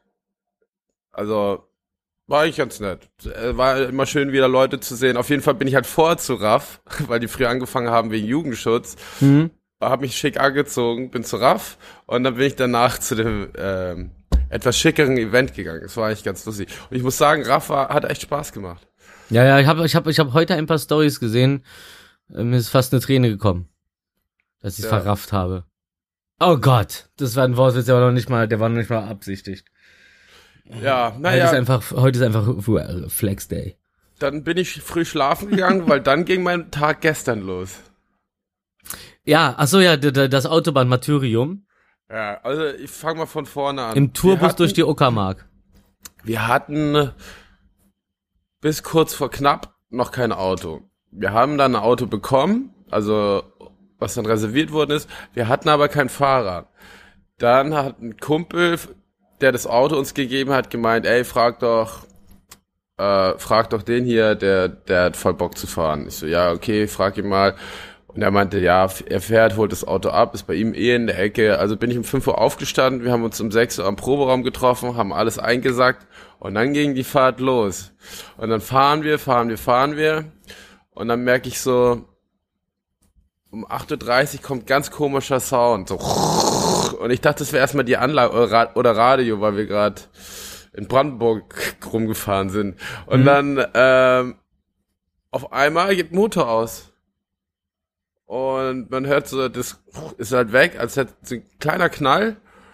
also war eigentlich ganz nett. Äh, War immer schön, wieder Leute zu sehen. Auf jeden Fall bin ich halt vor zu Raff, weil die früh angefangen haben wegen Jugendschutz. Mhm. Habe mich schick angezogen, bin zu Raff und dann bin ich danach zu dem ähm, etwas schickeren Event gegangen. Das war eigentlich ganz lustig. Und ich muss sagen, Raff war, hat echt Spaß gemacht. Ja, ja, ich habe ich hab, ich hab heute ein paar Stories gesehen. Äh, Mir ist fast eine Träne gekommen, dass ich Ja. verrafft habe. Oh Gott, das war ein Wort, der war noch nicht mal, der war noch nicht mal absichtigt. Ja, Heute ist naja, einfach, heute ist einfach äh, Flex Day. dann bin ich früh schlafen gegangen, weil dann ging mein Tag gestern los. Ja, ach so, ja, d- d- das Autobahn-Martyrium Ja, also ich fange mal von vorne an. im Tourbus Wir hatten- durch die Uckermark. Wir hatten bis kurz vor knapp noch kein Auto. Wir haben dann ein Auto bekommen, also was dann reserviert worden ist. Wir hatten aber kein Fahrer. Dann hat ein Kumpel der das Auto uns gegeben hat, gemeint, ey, frag doch, äh, frag doch den hier, der, der hat voll Bock zu fahren. Ich so, ja, okay, frag ihn mal. Und er meinte, ja, er fährt, holt das Auto ab, ist bei ihm eh in der Ecke. Also bin ich um fünf Uhr aufgestanden, wir haben uns um sechs Uhr am Proberaum getroffen, haben alles eingesackt und dann ging die Fahrt los. Und dann fahren wir, fahren wir, fahren wir und dann merke ich so, um acht Uhr dreißig kommt ganz komischer Sound. So. Und ich dachte, das wäre erstmal die Anlage oder Radio, weil wir gerade in Brandenburg rumgefahren sind. Und mhm. dann ähm, auf einmal geht Motor aus. Und man hört so, das ist halt weg, als hätte so ein kleiner Knall.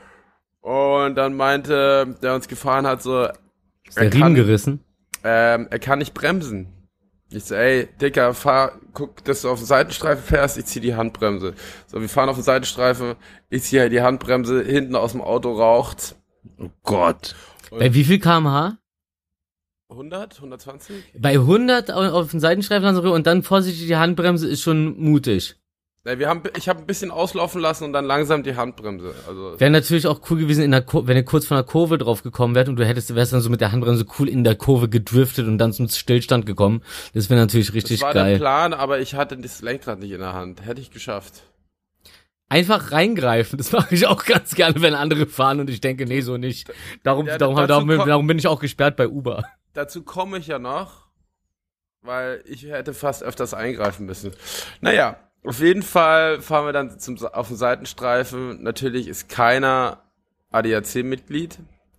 Und dann meinte, der uns gefahren hat, so, ist der Riemen gerissen? Ähm, er kann nicht bremsen. Ich so, ey, Dicker, fahr, guck, dass du auf den Seitenstreifen fährst, ich zieh die Handbremse. So, wir fahren auf den Seitenstreifen, ich zieh halt die Handbremse, hinten aus dem Auto raucht. Oh Gott. Und bei wie viel Kilometer pro Stunde? hundert, hundertzwanzig? Bei hundert auf den Seitenstreifen und dann vorsichtig die Handbremse ist schon mutig. Ja, wir haben, ich habe ein bisschen auslaufen lassen und dann langsam die Handbremse. Also wäre natürlich auch cool gewesen, in der Kur- wenn ihr kurz von der Kurve drauf gekommen wärt und du hättest, wärst dann so mit der Handbremse cool in der Kurve gedriftet und dann zum Stillstand gekommen. Das wäre natürlich richtig geil. Das war geil. Der Plan, aber ich hatte das Lenkrad nicht in der Hand. Hätte ich geschafft. Einfach reingreifen, das mache ich auch ganz gerne, wenn andere fahren und ich denke, nee, so nicht. Darum, ja, darum, darum, darum, darum bin ich auch gesperrt bei Uber. Dazu komme ich ja noch, weil ich hätte fast öfters eingreifen müssen. Naja, auf jeden Fall fahren wir dann zum, auf den Seitenstreifen. Natürlich ist keiner A D A C-Mitglied.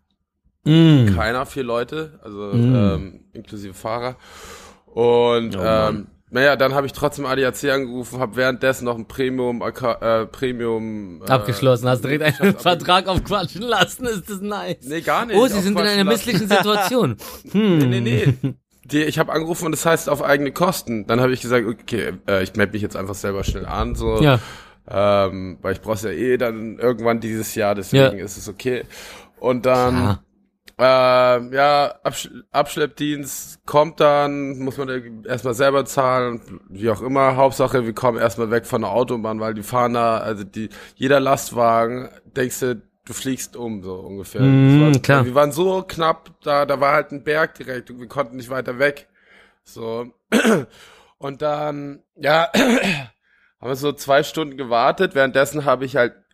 Mm. Keiner, vier Leute, also mm. ähm, inklusive Fahrer. Und oh, ähm, naja, dann habe ich trotzdem A D A C angerufen, habe währenddessen noch ein Premium äh, Premium äh, abgeschlossen. Hast direkt einen Vertrag aufquatschen lassen, ist das nice. Nee, gar nicht. Oh, sie sind in einer misslichen Situation. Hm. Nee, nee, nee. Die, ich habe angerufen und das heißt auf eigene Kosten. Dann habe ich gesagt, okay, äh, ich melde mich jetzt einfach selber schnell an, so, ja. ähm, weil ich brauch's ja eh dann irgendwann dieses Jahr, deswegen ja. ist es okay. Und dann ja. Ähm, ja, Absch- Abschleppdienst kommt dann, muss man erstmal selber zahlen, wie auch immer. Hauptsache, wir kommen erstmal weg von der Autobahn, weil die fahren da, also die, jeder Lastwagen, denkst du, du fliegst um, so ungefähr. Mm, war, klar. Wir waren so knapp, da, da war halt ein Berg direkt, wir konnten nicht weiter weg. So. Und dann, ja, haben wir so zwei Stunden gewartet. Währenddessen habe ich halt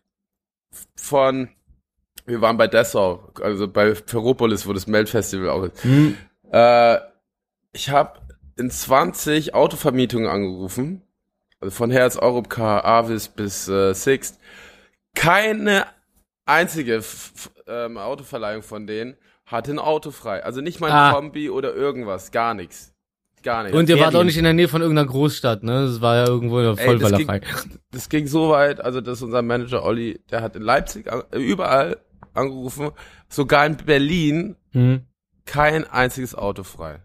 von Wir waren bei Dessau, also bei Ferropolis, wo das Melt-Festival auch ist. Mhm. Äh, ich habe in zwanzig Autovermietungen angerufen, also von Herz, Europcar, Avis bis äh, Sixt. Keine einzige f- f- ähm, Autoverleihung von denen hatte ein Auto frei. Also nicht mal ein ah. Kombi oder irgendwas, gar nichts. Gar nichts. Und ihr wart auch nicht in der Nähe von irgendeiner Großstadt, ne? Das war ja irgendwo in der Vollballerei. Das, das ging so weit, also dass unser Manager Olli, der hat in Leipzig, äh, überall angerufen, sogar in Berlin, mhm. kein einziges Auto frei.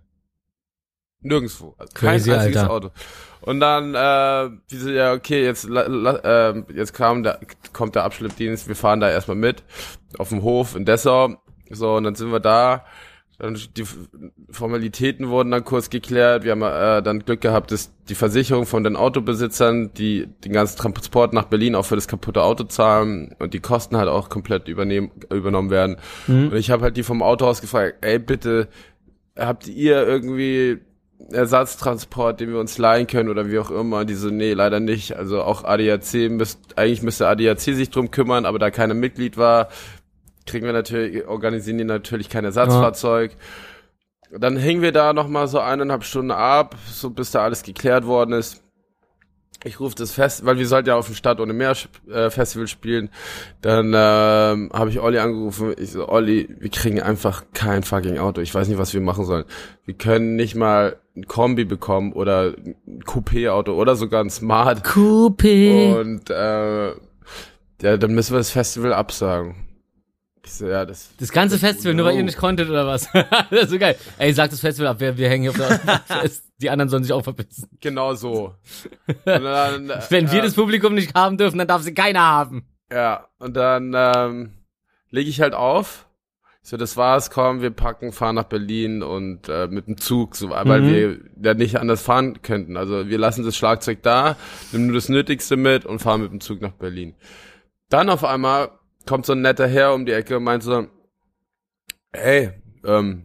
Nirgendwo. Also Crazy, kein einziges Alter. Auto. Und dann, äh, wie so, ja, okay, jetzt, la, la, äh, jetzt kam der, kommt der Abschleppdienst, wir fahren da erstmal mit, auf dem Hof in Dessau, so, und dann sind wir da, dann die Formalitäten wurden dann kurz geklärt, wir haben äh, dann Glück gehabt, dass die Versicherung von den Autobesitzern, die den ganzen Transport nach Berlin auch für das kaputte Auto zahlen und die Kosten halt auch komplett übernehmen, übernommen werden. Mhm. Und ich habe halt die vom Autohaus gefragt, ey, bitte, habt ihr irgendwie Ersatztransport, den wir uns leihen können oder wie auch immer? Die so, nee, leider nicht. Also auch A D A C, müsst, eigentlich müsste A D A C sich drum kümmern, aber da keiner Mitglied war, kriegen wir natürlich, organisieren die natürlich kein Ersatzfahrzeug. Ja. Dann hingen wir da nochmal so eineinhalb Stunden ab, so bis da alles geklärt worden ist. Ich rufe das Fest, weil wir sollten ja auf dem Stadt ohne Meer äh, Festival spielen. Dann ähm, habe ich Olli angerufen. Ich so, Olli, wir kriegen einfach kein fucking Auto. Ich weiß nicht, was wir machen sollen. Wir können nicht mal ein Kombi bekommen oder ein Coupé-Auto oder sogar ein Smart. Coupé. Und äh, ja, dann müssen wir das Festival absagen. Ich so, ja, das, das ganze das Festival, nur weil ihr nicht konntet oder was? Das ist so geil. Ey, sag das Festival ab, wir, wir hängen hier auf der Fest. Die anderen sollen sich auch verpissen. Genau so. Und dann, wenn wir äh, das Publikum nicht haben dürfen, dann darf sie keiner haben. Ja, und dann ähm, lege ich halt auf. So, das war's, komm, wir packen, fahren nach Berlin und äh, mit dem Zug, so, weil Mhm. wir ja nicht anders fahren könnten. Also wir lassen das Schlagzeug da, nehmen nur das Nötigste mit und fahren mit dem Zug nach Berlin. Dann auf einmal kommt so ein netter Herr um die Ecke und meint so, Ey, ähm,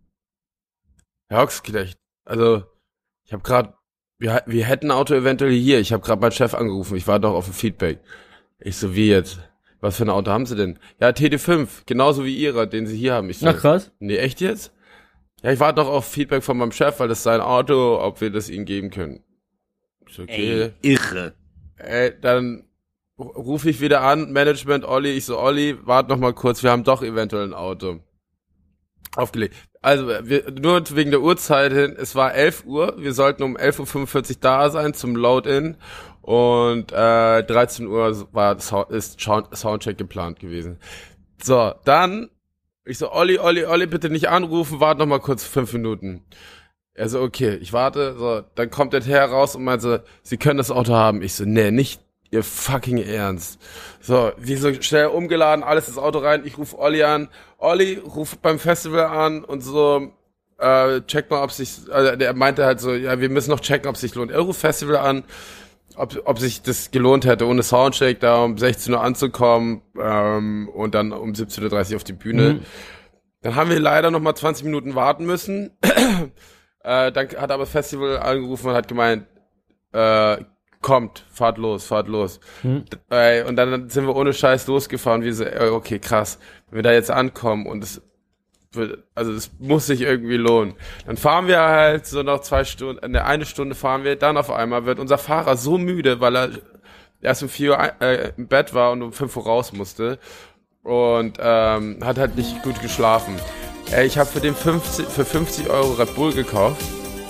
Herr Ochsknecht, also ich habe gerade, wir, wir hätten ein Auto eventuell hier. Ich habe gerade meinen Chef angerufen. Ich war doch auf ein Feedback. Ich so, wie jetzt? Was für ein Auto haben Sie denn? Ja, T D fünf, genauso wie Ihrer, den Sie hier haben. Ich so, Ach krass. Nee, echt jetzt? Ja, ich warte doch auf Feedback von meinem Chef, weil das ist sein Auto, ob wir das Ihnen geben können. Ich so, okay. Ey, irre. Ey, dann rufe ich wieder an, Management, Olli. Ich so, Olli, warte noch mal kurz, wir haben doch eventuell ein Auto. Aufgelegt. Also, wir, nur wegen der Uhrzeit hin, es war elf Uhr, wir sollten um elf Uhr fünfundvierzig da sein zum Load-In und äh, dreizehn Uhr war ist Soundcheck geplant gewesen. So, dann, ich so, Olli, Olli, Olli, bitte nicht anrufen, warte noch mal kurz fünf Minuten. Er so, okay, ich warte, so, dann kommt der Herr raus und meint so, Sie können das Auto haben. Ich so, nee, nicht Ihr fucking Ernst. So, wie so schnell umgeladen, alles ins Auto rein. Ich rufe Olli an. Olli ruft beim Festival an und so, äh, check mal, ob sich, also der meinte halt so, ja, wir müssen noch checken, ob sich lohnt. Er ruft Festival an, ob, ob sich das gelohnt hätte, ohne Soundcheck da um sechzehn Uhr anzukommen, ähm, und dann um siebzehn Uhr dreißig auf die Bühne. Mhm. Dann haben wir leider noch mal zwanzig Minuten warten müssen. äh, dann hat aber das Festival angerufen und hat gemeint, äh, kommt, fahrt los, fahrt los. Hm. Äh, und dann sind wir ohne Scheiß losgefahren. Wir so, okay, krass, wenn wir da jetzt ankommen und es wird, also es muss sich irgendwie lohnen. Dann fahren wir halt so noch zwei Stunden, eine, eine Stunde fahren wir, dann auf einmal wird unser Fahrer so müde, weil er erst um vier Uhr äh, im Bett war und um fünf Uhr raus musste und ähm, hat halt nicht gut geschlafen. Ey, ich habe für den fünfzig, für fünfzig Euro Red Bull gekauft.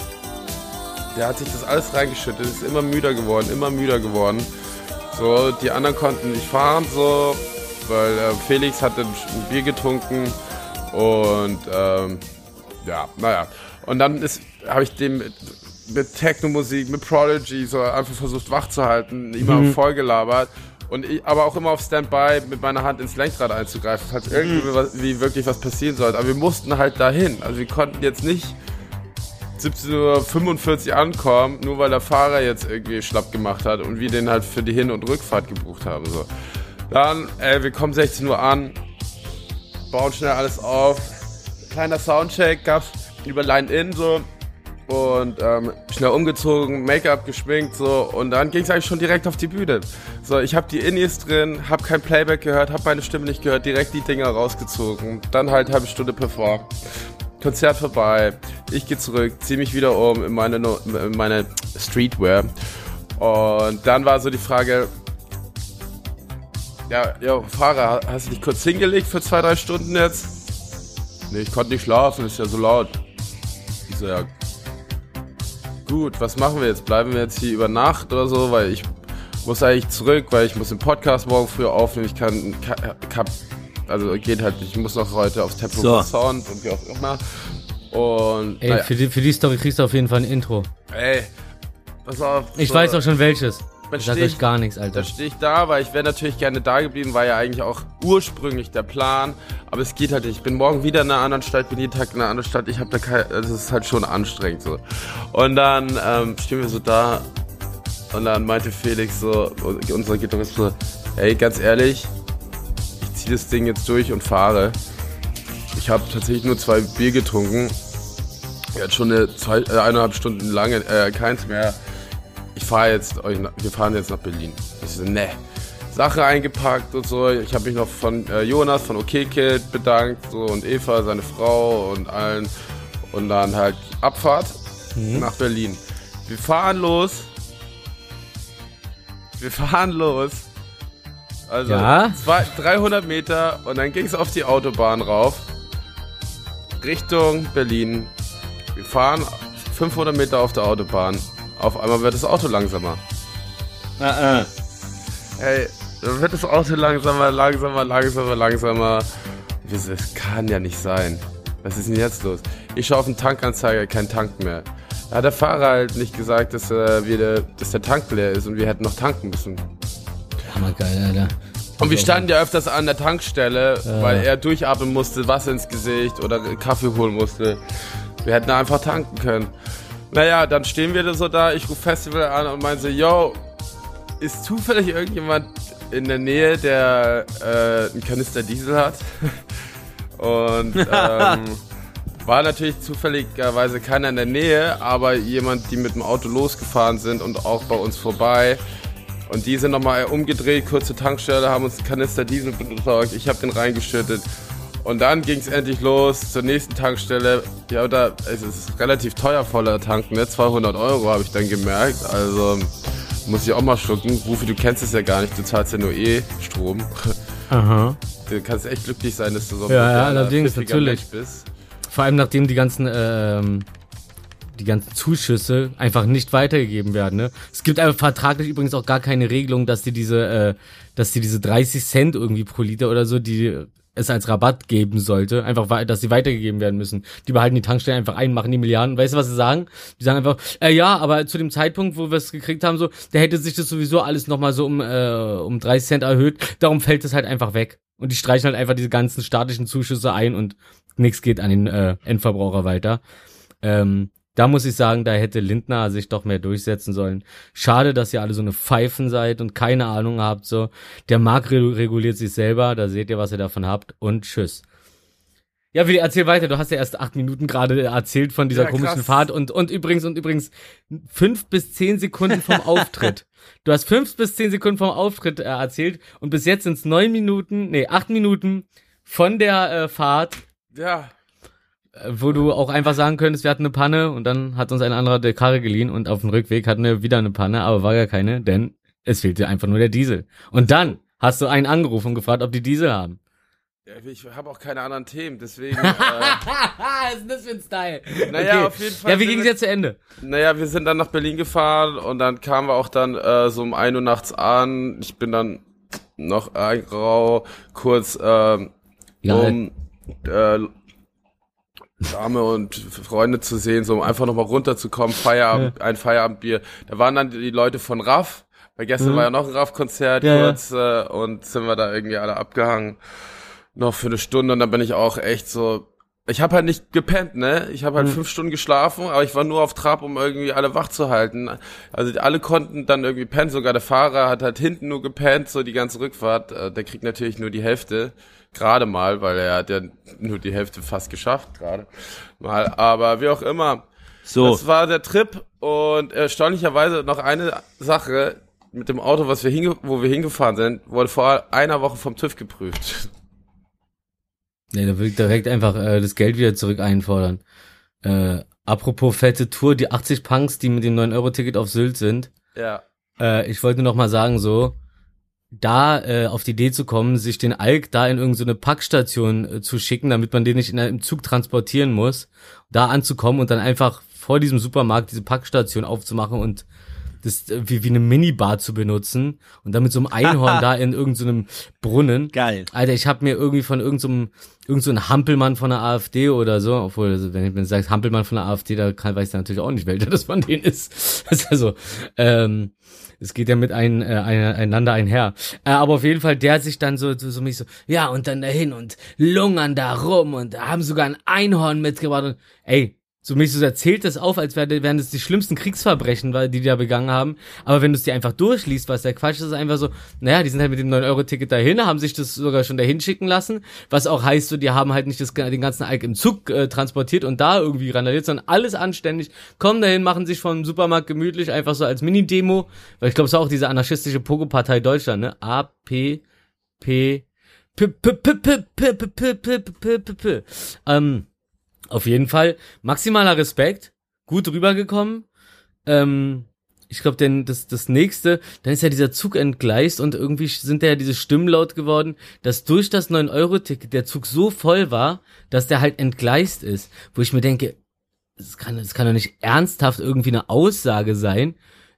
Der hat sich das alles reingeschüttet, ist immer müder geworden, immer müder geworden. So, die anderen konnten nicht fahren, so, weil äh, Felix hatte ein Bier getrunken und ähm, ja, naja. Und dann ist, habe ich den mit, mit Techno-Musik, mit Prodigy so einfach versucht wach zu halten, immer mhm. voll gelabert. Und ich, aber auch immer auf Standby mit meiner Hand ins Lenkrad einzugreifen, falls mhm. irgendwie was, wie wirklich was passieren sollte. Aber wir mussten halt dahin. Also wir konnten jetzt nicht siebzehn Uhr fünfundvierzig ankommen, nur weil der Fahrer jetzt irgendwie schlapp gemacht hat und wir den halt für die Hin- und Rückfahrt gebucht haben. So. Dann, ey, wir kommen sechzehn Uhr an, bauen schnell alles auf. Kleiner Soundcheck gab's über Line-In so und ähm, schnell umgezogen, Make-up geschminkt so und dann ging's eigentlich schon direkt auf die Bühne. So, ich hab die Innies drin, hab kein Playback gehört, hab meine Stimme nicht gehört, direkt die Dinger rausgezogen. Dann halt eine halbe Stunde performt. Konzert vorbei, ich gehe zurück, ziehe mich wieder um in meine, no- in meine Streetwear und dann war so die Frage, ja, ja, Fahrer, hast du dich kurz hingelegt für zwei, drei Stunden jetzt? Nee, ich konnte nicht schlafen, ist ja so laut. Ich so, ja, gut, was machen wir jetzt? Bleiben wir jetzt hier über Nacht oder so, weil ich muss eigentlich zurück, weil ich muss den Podcast morgen früh aufnehmen, ich kann, kann also geht halt nicht. Ich muss noch heute aufs Tempo so. Sound und wie auch immer. Und, ey, naja. für, die, für die Story kriegst du auf jeden Fall ein Intro. Ey, pass auf. Ich so. weiß auch schon welches. Dann Ich sag euch gar nichts, Alter. Da stehe ich da, weil ich wäre natürlich gerne da geblieben, war ja eigentlich auch ursprünglich der Plan. Aber es geht halt nicht. Ich bin morgen wieder in einer anderen Stadt, bin jeden Tag in einer anderen Stadt. Ich habe da kein, also es ist halt schon anstrengend so. Und dann ähm, stehen wir so da und dann meinte Felix so, unser Gitarrist so, ey, ganz ehrlich, ich ziehe das Ding jetzt durch und fahre. Ich habe tatsächlich nur zwei Bier getrunken. Er hat schon eine zwei, äh, eineinhalb Stunden lange, äh, keins mehr. Ich fahre jetzt, wir fahren jetzt nach Berlin. Ich so, ne. Sache eingepackt und so. Ich habe mich noch von äh, Jonas von OK Kid bedankt so und Eva, seine Frau und allen. Und dann halt Abfahrt mhm. nach Berlin. Wir fahren los. Wir fahren los. Also ja? zwei, dreihundert Meter und dann ging es auf die Autobahn rauf. Richtung Berlin. Wir fahren fünfhundert Meter auf der Autobahn. Auf einmal wird das Auto langsamer. Ah, ah. Hey, dann wird das Auto langsamer, langsamer, langsamer, langsamer. Das kann ja nicht sein. Was ist denn jetzt los? Ich schaue auf den Tankanzeiger, kein Tank mehr. Da hat der Fahrer halt nicht gesagt, dass, äh, wir de, dass der Tank leer ist und wir hätten noch tanken müssen. Hammergeil, Alter. Und wir standen ja öfters an der Tankstelle, ja. weil er durchatmen musste, Wasser ins Gesicht oder Kaffee holen musste. Wir hätten einfach tanken können. Naja, dann stehen wir da so da, ich rufe Festival an und meinte so, yo, ist zufällig irgendjemand in der Nähe, der äh, einen Kanister Diesel hat? Und ähm, war natürlich zufälligerweise keiner in der Nähe, aber jemand, die mit dem Auto losgefahren sind und auch bei uns vorbei. Und die sind nochmal umgedreht, kurze Tankstelle, haben uns einen Kanister Diesel besorgt, ich habe den reingeschüttet. Und dann ging es endlich los zur nächsten Tankstelle. Ja, da es ist relativ teuer voller Tanken, ne? zweihundert Euro habe ich dann gemerkt. Also muss ich auch mal schlucken. Rufi, du kennst es ja gar nicht, du zahlst ja nur eh Strom. Aha. Du kannst echt glücklich sein, dass du so ein ja, ja, allerdings, natürlich. Mensch bist. Vor allem nachdem die ganzen ähm, die ganzen Zuschüsse einfach nicht weitergegeben werden. Ne? Es gibt einfach vertraglich übrigens auch gar keine Regelung, dass die diese, äh, dass die diese dreißig Cent irgendwie pro Liter oder so, die es als Rabatt geben sollte, einfach, dass sie weitergegeben werden müssen. Die behalten die Tankstellen einfach ein, machen die Milliarden. Weißt du, was sie sagen? Die sagen einfach, äh, ja, aber zu dem Zeitpunkt, wo wir es gekriegt haben, so, da hätte sich das sowieso alles nochmal so um, äh, um dreißig Cent erhöht. Darum fällt es halt einfach weg. Und die streichen halt einfach diese ganzen staatlichen Zuschüsse ein und nichts geht an den äh, Endverbraucher weiter. Ähm, Da muss ich sagen, da hätte Lindner sich doch mehr durchsetzen sollen. Schade, dass ihr alle so eine Pfeifen seid und keine Ahnung habt, so. Der Markt re- reguliert sich selber, da seht ihr, was ihr davon habt und tschüss. Ja, Willi, erzähl weiter, du hast ja erst acht Minuten gerade erzählt von dieser Ja, komischen krass. Fahrt und, und übrigens, und übrigens, fünf bis zehn Sekunden vom Auftritt. Du hast fünf bis zehn Sekunden vom Auftritt äh, erzählt und bis jetzt sind es neun Minuten, nee, acht Minuten von der äh, Fahrt, Ja, wo du auch einfach sagen könntest, wir hatten eine Panne und dann hat uns ein anderer die Karre geliehen und auf dem Rückweg hatten wir wieder eine Panne, aber war gar keine, denn es fehlte einfach nur der Diesel. Und dann hast du einen angerufen und gefragt, ob die Diesel haben. ja, ich habe auch keine anderen Themen, deswegen, äh, Was ist denn das für ein Style? naja, Okay. auf jeden Fall. Ja, wie sind ging es wir- jetzt zu Ende? Naja, wir sind dann nach Berlin gefahren und dann kamen wir auch dann äh, so um ein Uhr nachts an. Ich bin dann noch ein Grau kurz ähm, Ja, um äh, Dame und Freunde zu sehen, so um einfach nochmal runterzukommen, Feierabend, ein Feierabendbier. Da waren dann die Leute von Raff, weil gestern Mhm. war ja noch ein Raff-Konzert Ja, ja. kurz äh, und sind wir da irgendwie alle abgehangen. Noch für eine Stunde und dann bin ich auch echt so, ich habe halt nicht gepennt, ne? Ich habe halt Mhm. fünf Stunden geschlafen, aber ich war nur auf Trab, um irgendwie alle wach zu halten. Also alle konnten dann irgendwie pennen, sogar der Fahrer hat halt hinten nur gepennt, so die ganze Rückfahrt. Äh, Der kriegt natürlich nur die Hälfte, gerade mal, weil er hat ja nur die Hälfte fast geschafft, gerade mal. Aber wie auch immer, So, das war der Trip und erstaunlicherweise noch eine Sache mit dem Auto, was wir hinge wo wir hingefahren sind, wurde vor einer Woche vom TÜV geprüft. Nee, da will ich direkt einfach äh, das Geld wieder zurück einfordern. Äh, apropos fette Tour, die achtzig Punks, die mit dem neun Euro Ticket auf Sylt sind. Ja. Äh, ich wollte noch mal sagen, so, da äh, auf die Idee zu kommen, sich den Alk da in irgendeine Packstation äh, zu schicken, damit man den nicht in, im Zug transportieren muss, da anzukommen und dann einfach vor diesem Supermarkt diese Packstation aufzumachen und das äh, wie, wie eine Minibar zu benutzen und dann mit so einem Einhorn da in irgendeinem Brunnen. geil. Alter, ich habe mir irgendwie von irgendeinem irgend so ein Hampelmann von der AfD oder so, obwohl, also, wenn du sagst Hampelmann von der AfD, da kann, weiß ich natürlich auch nicht, welcher das von denen ist. Das ist also, ähm, es geht ja mit ein, äh, ein, einander einher. Äh, aber auf jeden Fall, der sich dann so, so, so mich so, ja, und dann dahin und lungern da rum und haben sogar ein Einhorn mitgebracht und, ey, so mich so erzählt das auf, als wären wären das die schlimmsten Kriegsverbrechen, weil die die da begangen haben. Aber wenn du es dir einfach durchliest, was der Quatsch ist, ist einfach so, naja, die sind halt mit dem neun Euro Ticket dahin, haben sich das sogar schon dahin schicken lassen, was auch heißt, so, die haben halt nicht das, den ganzen Alk im Zug äh, transportiert und da irgendwie randaliert, sondern alles anständig, kommen dahin, machen sich vom Supermarkt gemütlich, einfach so als Mini-Demo, weil ich glaube, es war auch diese anarchistische Pogo-Partei Deutschland, ne? A, P, P, P, P, P, P, P, P, P, P, P, P, P, ähm, auf jeden Fall maximaler Respekt, gut rübergekommen. Ähm, ich glaube, denn das das nächste, dann ist ja dieser Zug entgleist und irgendwie sind da ja diese Stimmen laut geworden, dass durch das neun Euro Ticket der Zug so voll war, dass der halt entgleist ist. Wo ich mir denke, das kann, das kann doch nicht ernsthaft irgendwie eine Aussage sein.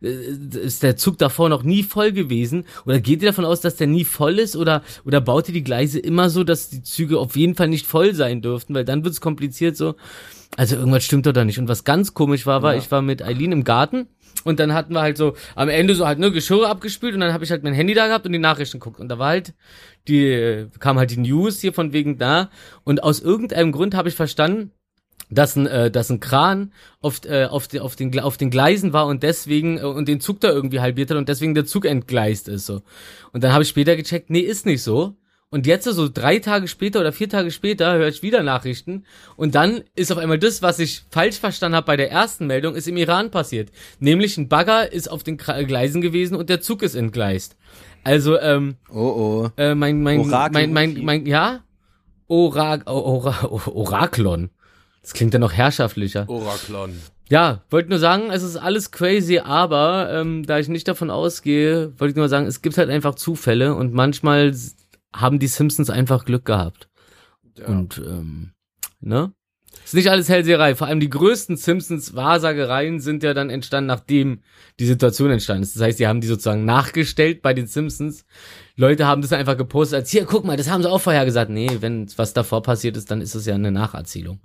Ist der Zug davor noch nie voll gewesen? Oder geht ihr davon aus, dass der nie voll ist? Oder oder baut ihr die Gleise immer so, dass die Züge auf jeden Fall nicht voll sein dürften? Weil dann wird's kompliziert so. Also irgendwas stimmt doch da nicht. Und was ganz komisch war, war, Ja. ich war mit Eileen im Garten und dann hatten wir halt so am Ende so halt ne Geschirr abgespült und dann habe ich halt mein Handy da gehabt und die Nachrichten geguckt. Und da war halt, die äh, kam halt die News hier von wegen da. Und aus irgendeinem Grund habe ich verstanden, dass ein äh, dass ein Kran auf äh, auf, die, auf den auf den Gleisen war und deswegen äh, und den Zug da irgendwie halbiert hat und deswegen der Zug entgleist ist so. Und dann habe ich später gecheckt, nee, ist nicht so. Und jetzt so drei Tage später oder vier Tage später höre ich wieder Nachrichten und dann ist auf einmal das, was ich falsch verstanden habe bei der ersten Meldung, ist im Iran passiert. Nämlich ein Bagger ist auf den Gleisen gewesen und der Zug ist entgleist. Also, ähm, Oh oh. äh, mein, mein, Orakel- mein, mein, mein, ja? Ora, Ora, Oraklon. Das klingt ja noch herrschaftlicher. Oraklon. Ja, wollte nur sagen, es ist alles crazy, aber ähm, da ich nicht davon ausgehe, wollte ich nur sagen, es gibt halt einfach Zufälle und manchmal s- haben die Simpsons einfach Glück gehabt. Ja. Und, ähm, ne? Ist nicht alles Hellseherei. Vor allem die größten Simpsons-Wahrsagereien sind ja dann entstanden, nachdem die Situation entstanden ist. Das heißt, die haben die sozusagen nachgestellt bei den Simpsons. Leute haben das einfach gepostet als, hier, guck mal, das haben sie auch vorher gesagt. Nee, wenn was davor passiert ist, dann ist es ja eine Nacherzählung.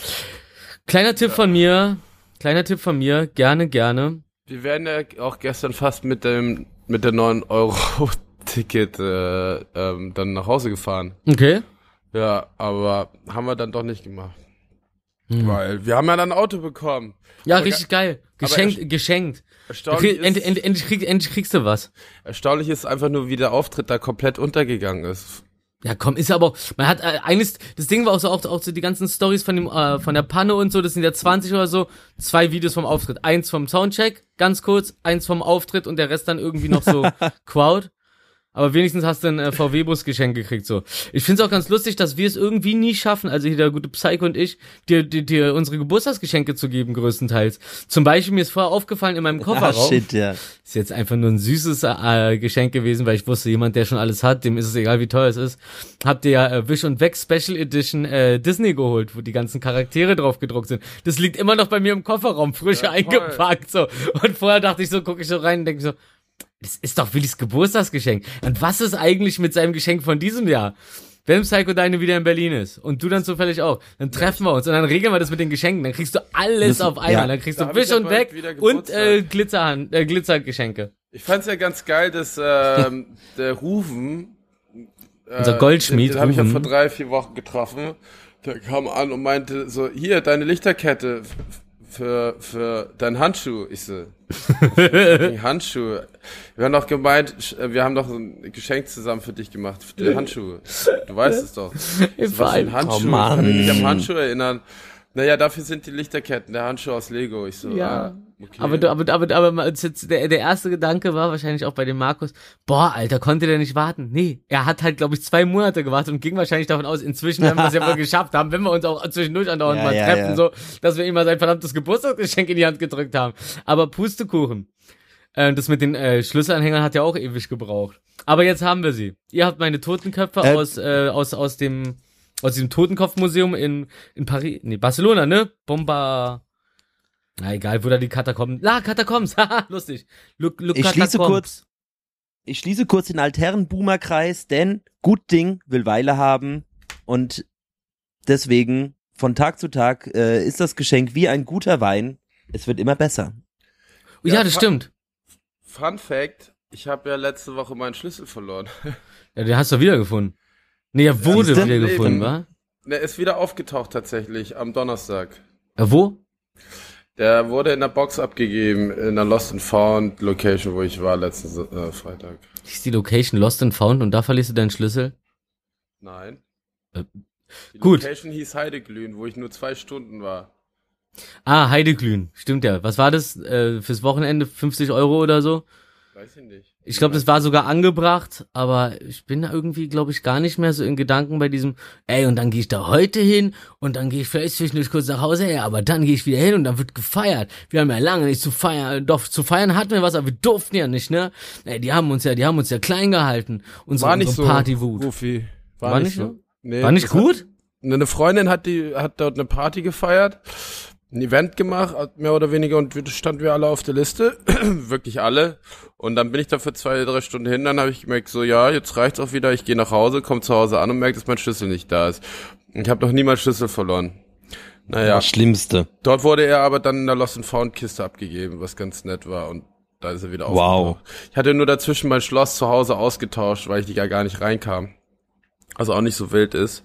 Kleiner Tipp von mir, kleiner Tipp von mir, gerne, gerne. Wir wären ja auch gestern fast mit dem mit der neun Euro Ticket äh, ähm, dann nach Hause gefahren. Okay. Ja, aber haben wir dann doch nicht gemacht. Hm. Weil wir haben ja dann ein Auto bekommen. Ja, Aber richtig geil. aber Geschenkt, erst- geschenkt. Erstaunlich End, ist, end, endlich, krieg, endlich kriegst du was. erstaunlich ist einfach nur, wie der Auftritt da komplett untergegangen ist. Ja, komm, ist aber, man hat äh, eines, das Ding war auch so, auch, auch so die ganzen Stories von dem, äh, von der Panne und so, das sind ja zwanzig oder so, zwei Videos vom Auftritt. Eins vom Soundcheck, ganz kurz, eins vom Auftritt und der Rest dann irgendwie noch so Crowd. Aber wenigstens hast du ein äh, V W-Bus geschenkt gekriegt, so. Ich find's auch ganz lustig, dass wir es irgendwie nie schaffen, also hier der gute Psycho und ich, dir, dir, dir unsere Geburtstagsgeschenke zu geben, größtenteils. Zum Beispiel, mir ist vorher aufgefallen in meinem Ah, Kofferraum. shit, ja. Ist jetzt einfach nur ein süßes äh, Geschenk gewesen, weil ich wusste, jemand, der schon alles hat, dem ist es egal, wie teuer es ist. Habt ihr ja äh, Wish und Weg Special Edition äh, Disney geholt, wo die ganzen Charaktere drauf gedruckt sind. Das liegt immer noch bei mir im Kofferraum, frisch Ja, toll. eingepackt, so. Und vorher dachte ich so, gucke ich so rein und denke so, das ist doch Willis Geburtstagsgeschenk. Und was ist eigentlich mit seinem Geschenk von diesem Jahr? Wenn Psycho Dino wieder in Berlin ist und du dann zufällig auch, dann treffen wir uns und dann regeln wir das mit den Geschenken. Dann kriegst du alles Das- auf einmal. ja. Dann kriegst Da du hab ich Wish ja und bald Weg wieder und Geburtstag. äh, Glitzerhand, äh, Glitzergeschenke. Ich fand's ja ganz geil, dass ähm, der Rufen, äh, Unser Goldschmied, den, den habe ich ja Rufen. vor drei, vier Wochen getroffen. Der kam an und meinte so, hier, deine Lichterkette f- für für deinen Handschuh. Ich so, die Handschuhe. Wir haben doch gemeint, sch- wir haben doch ein Geschenk zusammen für dich gemacht, für die Handschuhe. Du weißt es doch. Ich So, was für ein weiß. Handschuh? Oh, Mann. Ich kann mich nicht am Handschuh erinnern. Naja, dafür sind die Lichterketten, der Handschuh aus Lego. Ich so, Ja. ah, okay. Aber, du- aber, aber, aber mal jetzt der, der erste Gedanke war wahrscheinlich auch bei dem Markus, boah, Alter, konnte der nicht warten? Nee, er hat halt, glaube ich, zwei Monate gewartet und ging wahrscheinlich davon aus, inzwischen werden wir es ja wohl geschafft haben, wenn wir uns auch zwischendurch andauernd Ja, mal ja, treffen, ja. so, dass wir ihm mal sein verdammtes Geburtstagsgeschenk in die Hand gedrückt haben. Aber Pustekuchen. Äh, das mit den äh, Schlüsselanhängern hat ja auch ewig gebraucht. Aber jetzt haben wir sie. Ihr habt meine Totenköpfe Äh, aus, äh, aus, aus dem, aus diesem Totenkopfmuseum in, in Paris, nee, Barcelona, ne? Bomba, na egal, wo da die Katakomben, la, Katakombs, haha, lustig. Look, look, Ich schließe Katakombs. kurz, ich schließe kurz den Altherren-Boomer-Kreis, denn gut Ding will Weile haben und deswegen von Tag zu Tag äh, ist das Geschenk wie ein guter Wein. Es wird immer besser. Oh, ja, Ja, das fa- stimmt. Fun Fact, ich habe ja letzte Woche meinen Schlüssel verloren. Ja, den hast du wiedergefunden. Nee, er wurde siehste? wiedergefunden, Leben. wa? Der ist wieder aufgetaucht tatsächlich am Donnerstag. Ja, wo? Der wurde in der Box abgegeben, in der Lost and Found Location, wo ich war letzten äh, Freitag. Ist die Location Lost and Found und da verlierst du deinen Schlüssel? Nein. Äh, Die gut. Location hieß Heideglühen, wo ich nur zwei Stunden war. Ah, Heideglühen, stimmt ja. Was war das äh, fürs Wochenende? fünfzig Euro oder so? Weiß ich nicht. Ich glaube, das war sogar angebracht, aber ich bin da irgendwie, glaube ich, gar nicht mehr so in Gedanken bei diesem, ey, und dann gehe ich da heute hin und dann gehe ich vielleicht zwischendurch kurz nach Hause, ey, aber dann gehe ich wieder hin und dann wird gefeiert. Wir haben ja lange nicht zu feiern, doch, zu feiern hatten wir was, aber wir durften ja nicht, ne? Ey, die haben uns ja, die haben uns ja klein gehalten. Unsere, War nicht unsere so, Partywut. Rufi. War, War nicht nicht so. so? Nee, War nicht das gut? Hat, eine Freundin hat die, hat dort eine Party gefeiert, ein Event gemacht, mehr oder weniger, und wir standen wir alle auf der Liste, wirklich alle. Und dann bin ich da für zwei, drei Stunden hin, dann habe ich gemerkt, so, ja, jetzt reicht's auch wieder, ich gehe nach Hause, komme zu Hause an und merke, dass mein Schlüssel nicht da ist. Ich habe noch nie meinen Schlüssel verloren. Naja, Das Schlimmste. dort wurde er aber dann in der Lost and Found Kiste abgegeben, was ganz nett war, und da ist er wieder Wow. aufgetaucht. Ich hatte nur dazwischen mein Schloss zu Hause ausgetauscht, weil ich ja gar nicht reinkam. Also auch nicht so wild ist.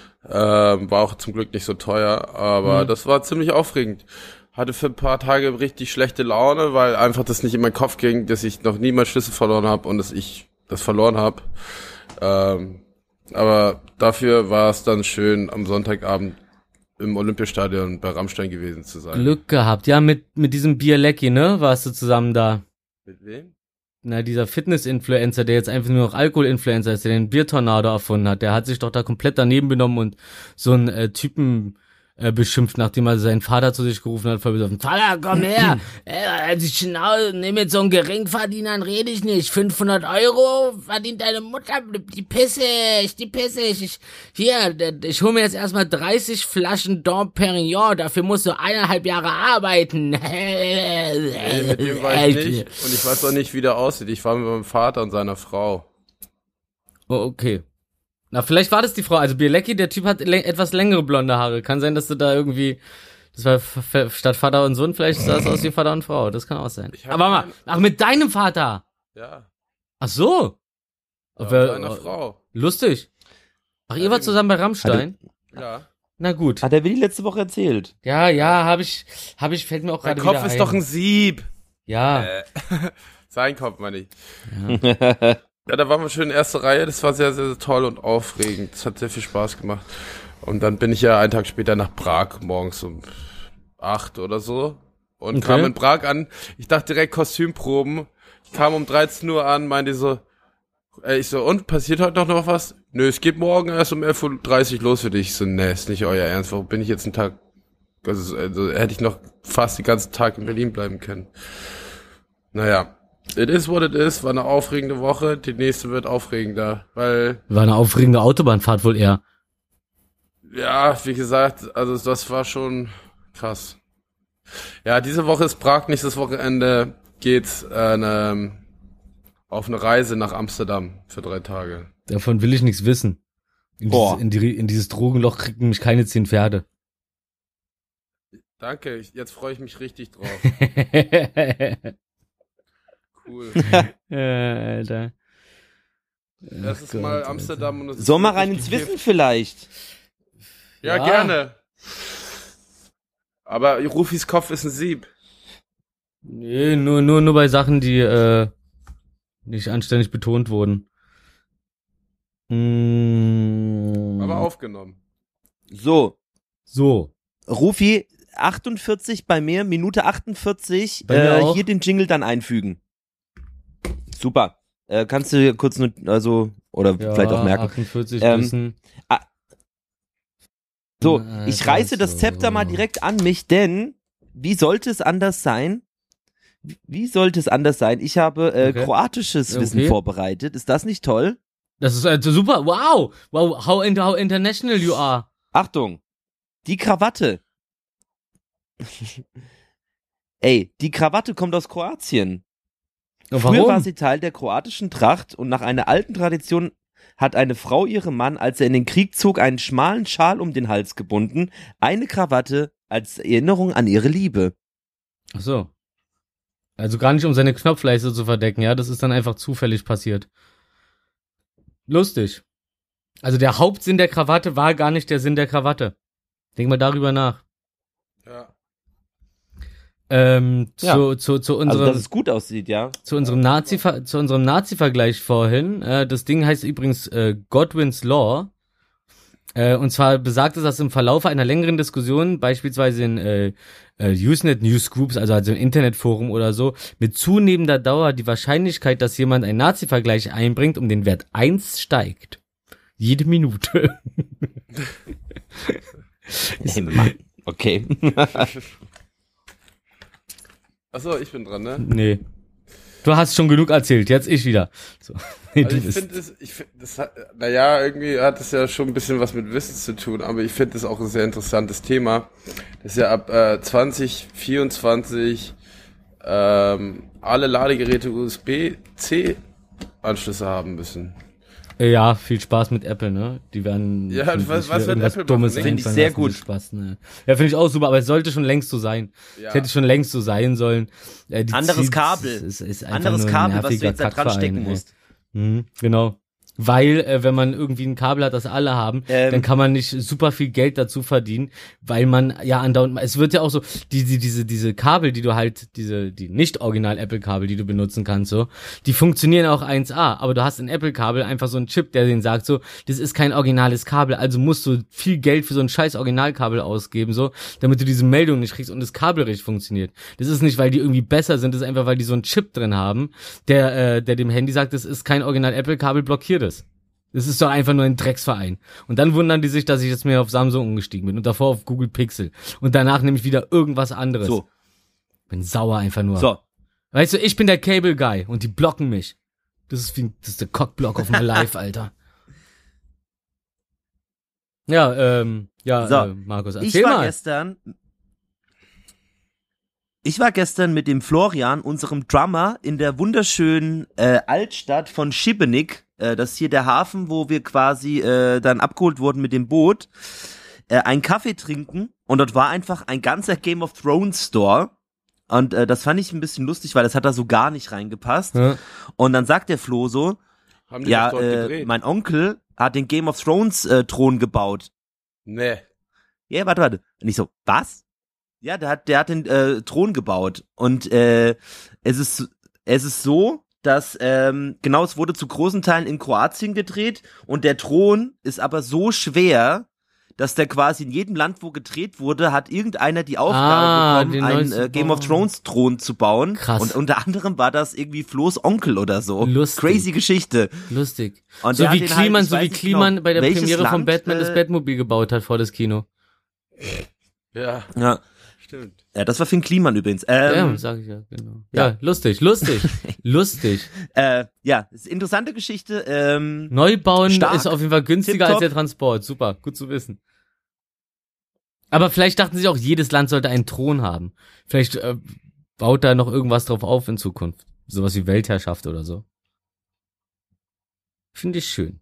Ähm, war auch zum Glück nicht so teuer, aber Mhm. das war ziemlich aufregend. Hatte für ein paar Tage richtig schlechte Laune, weil einfach das nicht in meinen Kopf ging, dass ich noch nie meinen Schlüssel verloren habe und dass ich das verloren habe. Ähm, Aber dafür war es dann schön, am Sonntagabend im Olympiastadion bei Rammstein gewesen zu sein. Glück gehabt. Ja, mit, mit diesem Bierlecki, ne? Warst du zusammen da? Mit wem? Na, dieser Fitness-Influencer, der jetzt einfach nur noch Alkohol-Influencer ist, der den Biertornado erfunden hat, der hat sich doch da komplett daneben benommen und so einen äh, Typen äh, beschimpft, nachdem er seinen Vater zu sich gerufen hat, voll besoffen. Vater, komm her! äh, also genau, nimm mit so einem Geringverdienern rede ich nicht. fünfhundert Euro verdient deine Mutter, die pisse ich, die pisse ich. ich hier, ich hole mir jetzt erstmal dreißig Flaschen Dom Perignon, dafür musst du eineinhalb Jahre arbeiten. Nee, mit dem war ich nicht. Und ich weiß auch nicht, wie der aussieht. Ich war mit meinem Vater und seiner Frau. Oh, okay. Na, vielleicht war das die Frau. Also Bielecki, der Typ hat le- etwas längere blonde Haare. Kann sein, dass du da irgendwie, das war f- f- statt Vater und Sohn, vielleicht sah es aus wie Vater und Frau. Das kann auch sein. Ich hab Aber mal, keinen- ach, mit deinem Vater. Ja. Ach so. Ja, Wer- mit seiner Frau. Lustig. Ach, ihr Ja, wart eben. zusammen bei Rammstein? Ja. Na gut. Hat der Willi letzte Woche erzählt. Ja, ja, hab ich, hab ich, fällt mir auch Mein gerade Kopf wieder ist ein. doch ein Sieb. Ja. Äh, Sein Kopf, meine ich. Ja, da waren wir schön in erster Reihe. Das war sehr, sehr, sehr toll und aufregend. Das hat sehr viel Spaß gemacht. Und dann bin ich ja einen Tag später nach Prag, morgens um acht oder so. Und Okay. kam in Prag an. Ich dachte direkt Kostümproben. Ich kam um dreizehn Uhr an, meinte so, äh, ich so, und, passiert heute noch was? Nö, es geht morgen erst um elf Uhr dreißig los für dich. Ich so, ne, ist nicht euer Ernst. Warum bin ich jetzt einen Tag, also, also hätte ich noch fast den ganzen Tag in Berlin bleiben können. Naja. It is what it is, war eine aufregende Woche, die nächste wird aufregender, weil, War eine aufregende Autobahnfahrt wohl eher. ja, wie gesagt, also das war schon krass. Ja, diese Woche ist Prag, nächstes Wochenende geht's äh, ne, auf eine Reise nach Amsterdam für drei Tage. Davon will ich nichts wissen. In, Boah. dieses, in, die, in dieses Drogenloch kriegen mich keine zehn Pferde. Danke, ich, jetzt freue ich mich richtig drauf. Cool. äh, Alter. Das ist Gott, mal Alter. Amsterdam und es ist Soll mal rein wirklich ins gekifft. Wissen vielleicht. Ja, Ja. gerne. Aber Rufis Kopf ist ein Sieb. Nee, nur, nur, nur bei Sachen, die äh, nicht anständig betont wurden. Mm, Aber aufgenommen. So, So. Rufi, achtundvierzig bei mir, Minute achtundvierzig, Bei mir äh, auch. hier den Jingle dann einfügen. Super. Äh, kannst du kurz nur, also, oder Ja, vielleicht auch merken. achtundvierzig Ähm, wissen. So, Na, ich reiße das das so. Zepter mal direkt an mich, denn wie sollte es anders sein? Wie- Wie sollte es anders sein? Ich habe äh, Okay. kroatisches Okay. Wissen vorbereitet. Ist das nicht toll? Das ist also super. Wow. Wow, how, inter, how international you are. Achtung, die Krawatte. Ey, die Krawatte kommt aus Kroatien. Und Früher war warum? sie Teil der kroatischen Tracht und nach einer alten Tradition hat eine Frau ihrem Mann, als er in den Krieg zog, einen schmalen Schal um den Hals gebunden, eine Krawatte als Erinnerung an ihre Liebe. Ach so. Also gar nicht, um seine Knopfleiste zu verdecken, ja? Das ist dann einfach zufällig passiert. Lustig. Also der Hauptsinn der Krawatte war gar nicht der Sinn der Krawatte. Denk mal darüber nach. Ja. Ähm, Ja. zu, zu, zu unserem, Also, dass es gut aussieht, ja. zu unserem Nazi, zu unserem Nazi-Vergleich vorhin. Äh, das Ding heißt übrigens äh, Godwin's Law. Äh, und zwar besagt es, dass im Verlauf einer längeren Diskussion, beispielsweise in äh, äh, Usenet Newsgroups, also also im Internetforum oder so, mit zunehmender Dauer die Wahrscheinlichkeit, dass jemand einen Nazi-Vergleich einbringt, um den Wert eins steigt. Jede Minute. Hey, Mann. Okay. Achso, ich bin dran, ne? Nee. Du hast schon genug erzählt, jetzt ich wieder. So. Nee, Also du ich bist. finde es, ich finde, das hat, naja, irgendwie hat es ja schon ein bisschen was mit Wissen zu tun, aber ich finde es auch ein sehr interessantes Thema, dass ja ab äh, zwanzig vierundzwanzig ähm, alle Ladegeräte U S B-C-Anschlüsse haben müssen. Äh, Ja, viel Spaß mit Apple, ne? Die werden Ja, finden was- sich was wieder wird irgendwas Apple Dummes machen? Finde ich einfallen sehr lassen, gut. viel Spaß, ne? Ja, finde ich auch super, aber es sollte schon längst so sein. Ja. Es hätte schon längst so sein sollen. Äh, die Anderes zieht- Kabel. Es ist, ist einfach Anderes nur ein Kabel, was du nerviger jetzt da dran Kackverein, stecken ey. musst. Mhm, genau. Weil, äh, wenn man irgendwie ein Kabel hat, das alle haben, Ähm. dann kann man nicht super viel Geld dazu verdienen, weil man ja andauernd, es wird ja auch so, die, die, diese, diese Kabel, die du halt, diese, die nicht original Apple-Kabel, die du benutzen kannst, so, die funktionieren auch eins A, aber du hast ein Apple-Kabel einfach so einen Chip, der denen sagt so, das ist kein originales Kabel, also musst du viel Geld für so ein scheiß Originalkabel ausgeben, so, damit du diese Meldung nicht kriegst und das Kabel richtig funktioniert. Das ist nicht, weil die irgendwie besser sind, das ist einfach, weil die so einen Chip drin haben, der, äh, der dem Handy sagt, das ist kein original Apple-Kabel, blockiert es. Das ist doch einfach nur ein Drecksverein. Und dann wundern die sich, dass ich jetzt mehr auf Samsung umgestiegen bin und davor auf Google Pixel. Und danach nehme ich wieder irgendwas anderes. So. Bin sauer einfach nur. So. Weißt du, ich bin der Cable Guy und die blocken mich. Das ist wie, das ist der Cockblock auf my life, Alter. Ja, ähm, ja, So. äh, Markus, erzähl Ich war mal. gestern, ich war gestern mit dem Florian, unserem Drummer, in der wunderschönen äh, Altstadt von Šibenik. Äh, das ist hier der Hafen, wo wir quasi äh, dann abgeholt wurden mit dem Boot. Äh, einen Kaffee trinken und dort war einfach ein ganzer Game of Thrones Store. Und äh, das fand ich ein bisschen lustig, weil das hat da so gar nicht reingepasst. Ja. Und dann sagt der Flo so, Haben die ja, das dort äh, gedreht? mein Onkel hat den Game of Thrones äh, Thron gebaut. Nee. Ja, warte, warte. Und ich so, was? Ja, der hat, der hat den äh, Thron gebaut. Und äh, es ist, es ist so, dass, ähm, genau, es wurde zu großen Teilen in Kroatien gedreht und der Thron ist aber so schwer, dass der quasi in jedem Land, wo gedreht wurde, hat irgendeiner die Aufgabe Ah, den bekommen, einen neuesten äh, Game of Thron. Thrones Thron zu bauen. Krass. Und unter anderem war das irgendwie Flo's Onkel oder so. Lustig. Crazy Geschichte. Lustig. Und So der wie hat den Kliman, halt, ich so weiß wie nicht Kliman genau, bei der welches Premiere von Land, Batman das äh, Batmobil gebaut hat vor das Kino. Ja, Ja. stimmt. Ja, das war Finn Kliman übrigens. Ähm, Ja, sag ich ja, genau. Ja, lustig, lustig, lustig. Äh, ja, ist eine interessante Geschichte. Ähm, Neubauen Stark. ist auf jeden Fall günstiger Tipptopp. als der Transport. Super, gut zu wissen. Aber vielleicht dachten sich auch, jedes Land sollte einen Thron haben. Vielleicht äh, baut da noch irgendwas drauf auf in Zukunft. Sowas wie Weltherrschaft oder so. Finde ich schön.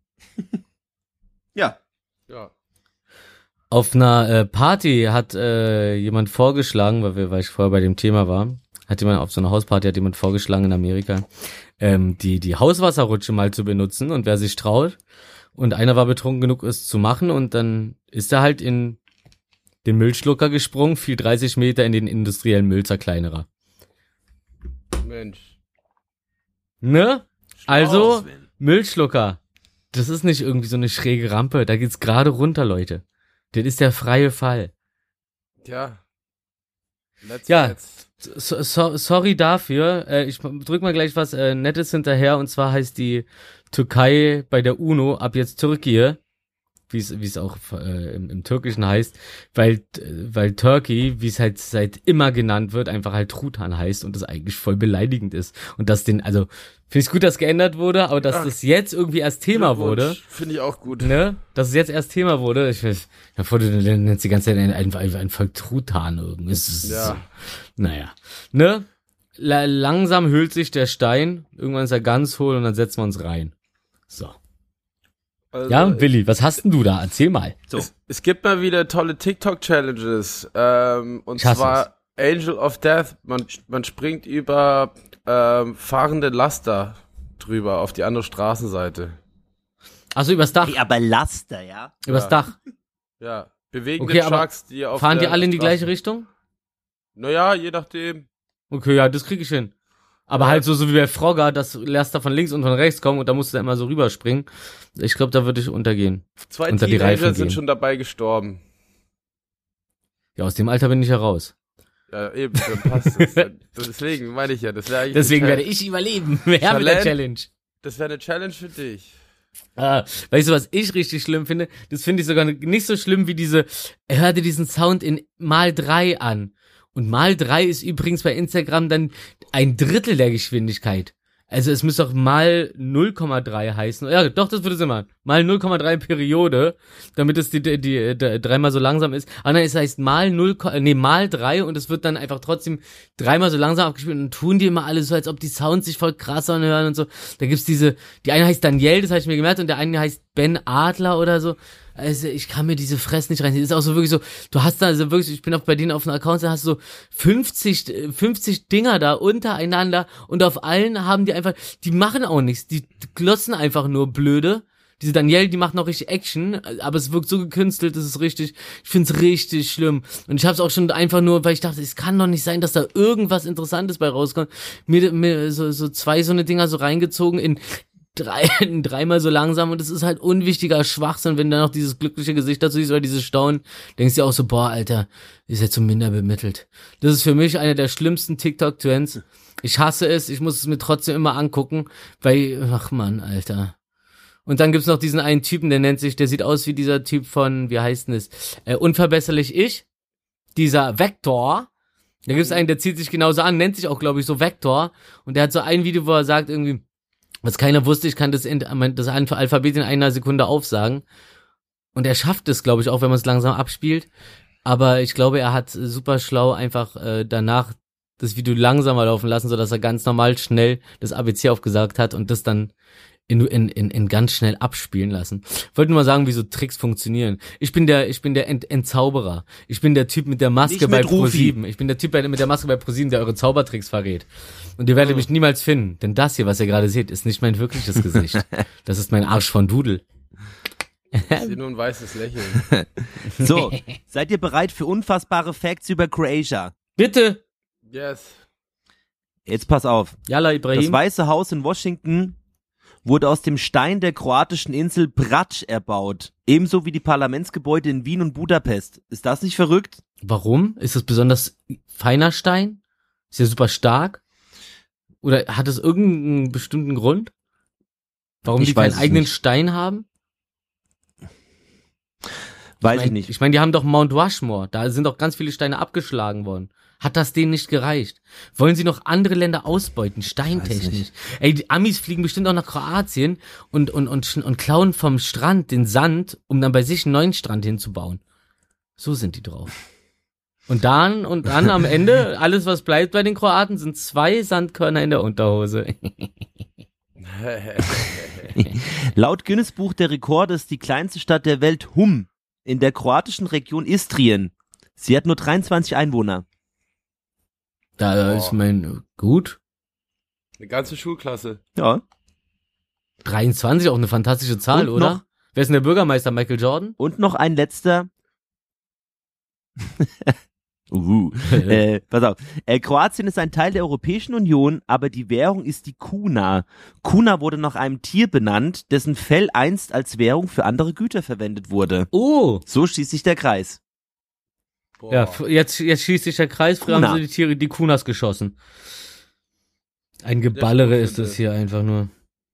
ja. Ja. Auf einer äh, Party hat äh, jemand vorgeschlagen, weil, wir, weil ich vorher bei dem Thema war, hat jemand auf so einer Hausparty hat jemand vorgeschlagen in Amerika, ähm, die die Hauswasserrutsche mal zu benutzen und wer sich traut. Und einer war betrunken genug, es zu machen und dann ist er halt in den Müllschlucker gesprungen, fiel dreißig Meter in den industriellen Müllzerkleinerer. Mensch. Ne? Also, Auswählen. Müllschlucker. Das ist nicht irgendwie so eine schräge Rampe, da geht's gerade runter, Leute. Das ist der freie Fall. Ja. Let's Ja. let's. So, so, sorry dafür. Äh, ich drück mal gleich was äh, Nettes hinterher. Und zwar heißt die Türkei bei der UNO ab jetzt Türkei, wie es wie es auch äh, im, im Türkischen heißt, weil weil Turkey, wie es halt seit immer genannt wird, einfach halt Truthahn heißt und das eigentlich voll beleidigend ist. Und dass den, also finde ich gut, dass geändert wurde, aber dass Ach, das jetzt irgendwie erst Thema wurde. Glückwunsch. Finde ich auch gut. Ne? Dass es jetzt erst Thema wurde. Ich weiß, ja, vor du nennst die ganze Zeit ein, ein, ein, ein Volk Truthahn irgendwie. Es ist Ja. so, naja. Ne? La langsam hüllt sich der Stein, irgendwann ist er ganz hohl und dann setzen wir uns rein. So. Also, Ja, Willi, was hast denn du da? Erzähl mal. So. Es, es gibt mal wieder tolle TikTok-Challenges. Ähm, und Ich hasse zwar Angel of Death. Man, man springt über ähm, fahrende Laster drüber auf die andere Straßenseite. Achso, übers Dach. Hey, aber Laster, ja? Übers Ja. Dach. Ja. Bewegende Okay, aber Trucks, die auf Fahren die der alle in die Straße- gleiche Richtung? Naja, je nachdem. Okay, ja, das krieg ich hin. Aber Ja. halt so, so wie bei Frogger, dass Laster von links und von rechts kommen und da musst du dann immer so rüberspringen. Ich glaube, da würde ich untergehen. Zwei Unter die Reifen Teenager sind gehen. schon dabei gestorben. Ja, aus dem Alter bin ich heraus. Ja, eben, dann passt es. Deswegen meine ich ja, das wäre eigentlich Deswegen eine werde Challenge. ich überleben. Wer mit der Challenge? Challenge? Das wäre eine Challenge für dich. Ah, weißt du, was ich richtig schlimm finde? Das finde ich sogar nicht so schlimm wie diese, hör dir diesen Sound in mal drei an. Und mal drei ist übrigens bei Instagram dann ein Drittel der Geschwindigkeit. Also es müsste doch mal null Komma drei heißen. Ja, doch, das würde es immer. Mal null Komma drei Periode, damit es die, die, die, die dreimal so langsam ist. Ah nein, es heißt mal null, nee, mal drei und es wird dann einfach trotzdem dreimal so langsam abgespielt und dann tun die immer alle so, als ob die Sounds sich voll krass anhören und so. Da gibt's diese, die eine heißt Danielle, das habe ich mir gemerkt, und der eine heißt Ben Adler oder so. Also ich kann mir diese Fresse nicht reinziehen. Ist auch so wirklich so, du hast da also wirklich, ich bin auch bei denen auf dem Account, da hast du so fünfzig, fünfzig Dinger da untereinander und auf allen haben die einfach, die machen auch nichts, die glotzen einfach nur blöde. Diese Danielle, die macht noch richtig Action, aber es wirkt so gekünstelt, das ist richtig, ich find's richtig schlimm. Und ich hab's auch schon einfach nur, weil ich dachte, es kann doch nicht sein, dass da irgendwas Interessantes bei rauskommt. Mir, mir so, so zwei so eine Dinger so reingezogen in drei, dreimal so langsam und es ist halt unwichtiger Schwachsinn, wenn du dann noch dieses glückliche Gesicht dazu siehst oder dieses Staunen, denkst du auch so, boah, Alter, ist jetzt so minder bemittelt. Das ist für mich einer der schlimmsten TikTok-Trends. Ich hasse es, ich muss es mir trotzdem immer angucken, weil, ach man, Alter. Und dann gibt's noch diesen einen Typen, der nennt sich, der sieht aus wie dieser Typ von, wie heißt denn es, äh, Unverbesserlich Ich, dieser Vector. Da gibt's einen, der zieht sich genauso an, nennt sich auch, glaube ich, so Vector. Und der hat so ein Video, wo er sagt irgendwie, was keiner wusste, ich kann das, in, das Alphabet in einer Sekunde aufsagen. Und er schafft es, glaube ich, auch, wenn man es langsam abspielt. Aber ich glaube, er hat super schlau einfach äh, danach das Video langsamer laufen lassen, sodass er ganz normal schnell das A B C aufgesagt hat und das dann in, in, in, in ganz schnell abspielen lassen. Ich wollte nur mal sagen, wie so Tricks funktionieren. Ich bin der, ich bin der Ent, Entzauberer. Ich bin der Typ mit der Maske bei ProSieben. Ich bin der Typ mit der Maske bei ProSieben, der eure Zaubertricks verrät. Und ihr werdet oh. mich niemals finden, denn das hier, was ihr gerade seht, ist nicht mein wirkliches Gesicht. Das ist mein Arsch von Dudel. Ich sehe nur ein weißes Lächeln. So, seid ihr bereit für unfassbare Facts über Croatia? Bitte! Yes. Jetzt pass auf. Yalla, Ibrahim. Das Weiße Haus in Washington wurde aus dem Stein der kroatischen Insel Brač erbaut. Ebenso wie die Parlamentsgebäude in Wien und Budapest. Ist das nicht verrückt? Warum? Ist das besonders feiner Stein? Ist ja super stark? Oder hat es irgendeinen bestimmten Grund? Warum ich die keinen eigenen nicht. Stein haben? Weiß ich, mein, ich nicht. Ich meine, die haben doch Mount Rushmore. Da sind doch ganz viele Steine abgeschlagen worden. Hat das denen nicht gereicht? Wollen sie noch andere Länder ausbeuten, steintechnisch? Ey, die Amis fliegen bestimmt auch nach Kroatien und, und, und, und klauen vom Strand den Sand, um dann bei sich einen neuen Strand hinzubauen. So sind die drauf. Und dann, und dann am Ende, alles was bleibt bei den Kroaten, sind zwei Sandkörner in der Unterhose. Laut Guinness Buch der Rekorde ist die kleinste Stadt der Welt Hum in der kroatischen Region Istrien. Sie hat nur dreiundzwanzig Einwohner. Da ist mein, gut. Eine ganze Schulklasse. Ja. dreiundzwanzig, auch eine fantastische Zahl, Und oder? noch, Wer ist denn der Bürgermeister? Michael Jordan? Und noch ein letzter. Uhu. äh, pass auf. Äh, Kroatien ist ein Teil der Europäischen Union, aber die Währung ist die Kuna. Kuna wurde nach einem Tier benannt, dessen Fell einst als Währung für andere Güter verwendet wurde. Oh. So schließt sich der Kreis. Boah. Ja, f- jetzt, jetzt schließt sich der Kreis, früher Kuna. haben sie die Tiere, die Kunas geschossen. Ein Geballere Das ist es hier einfach nur.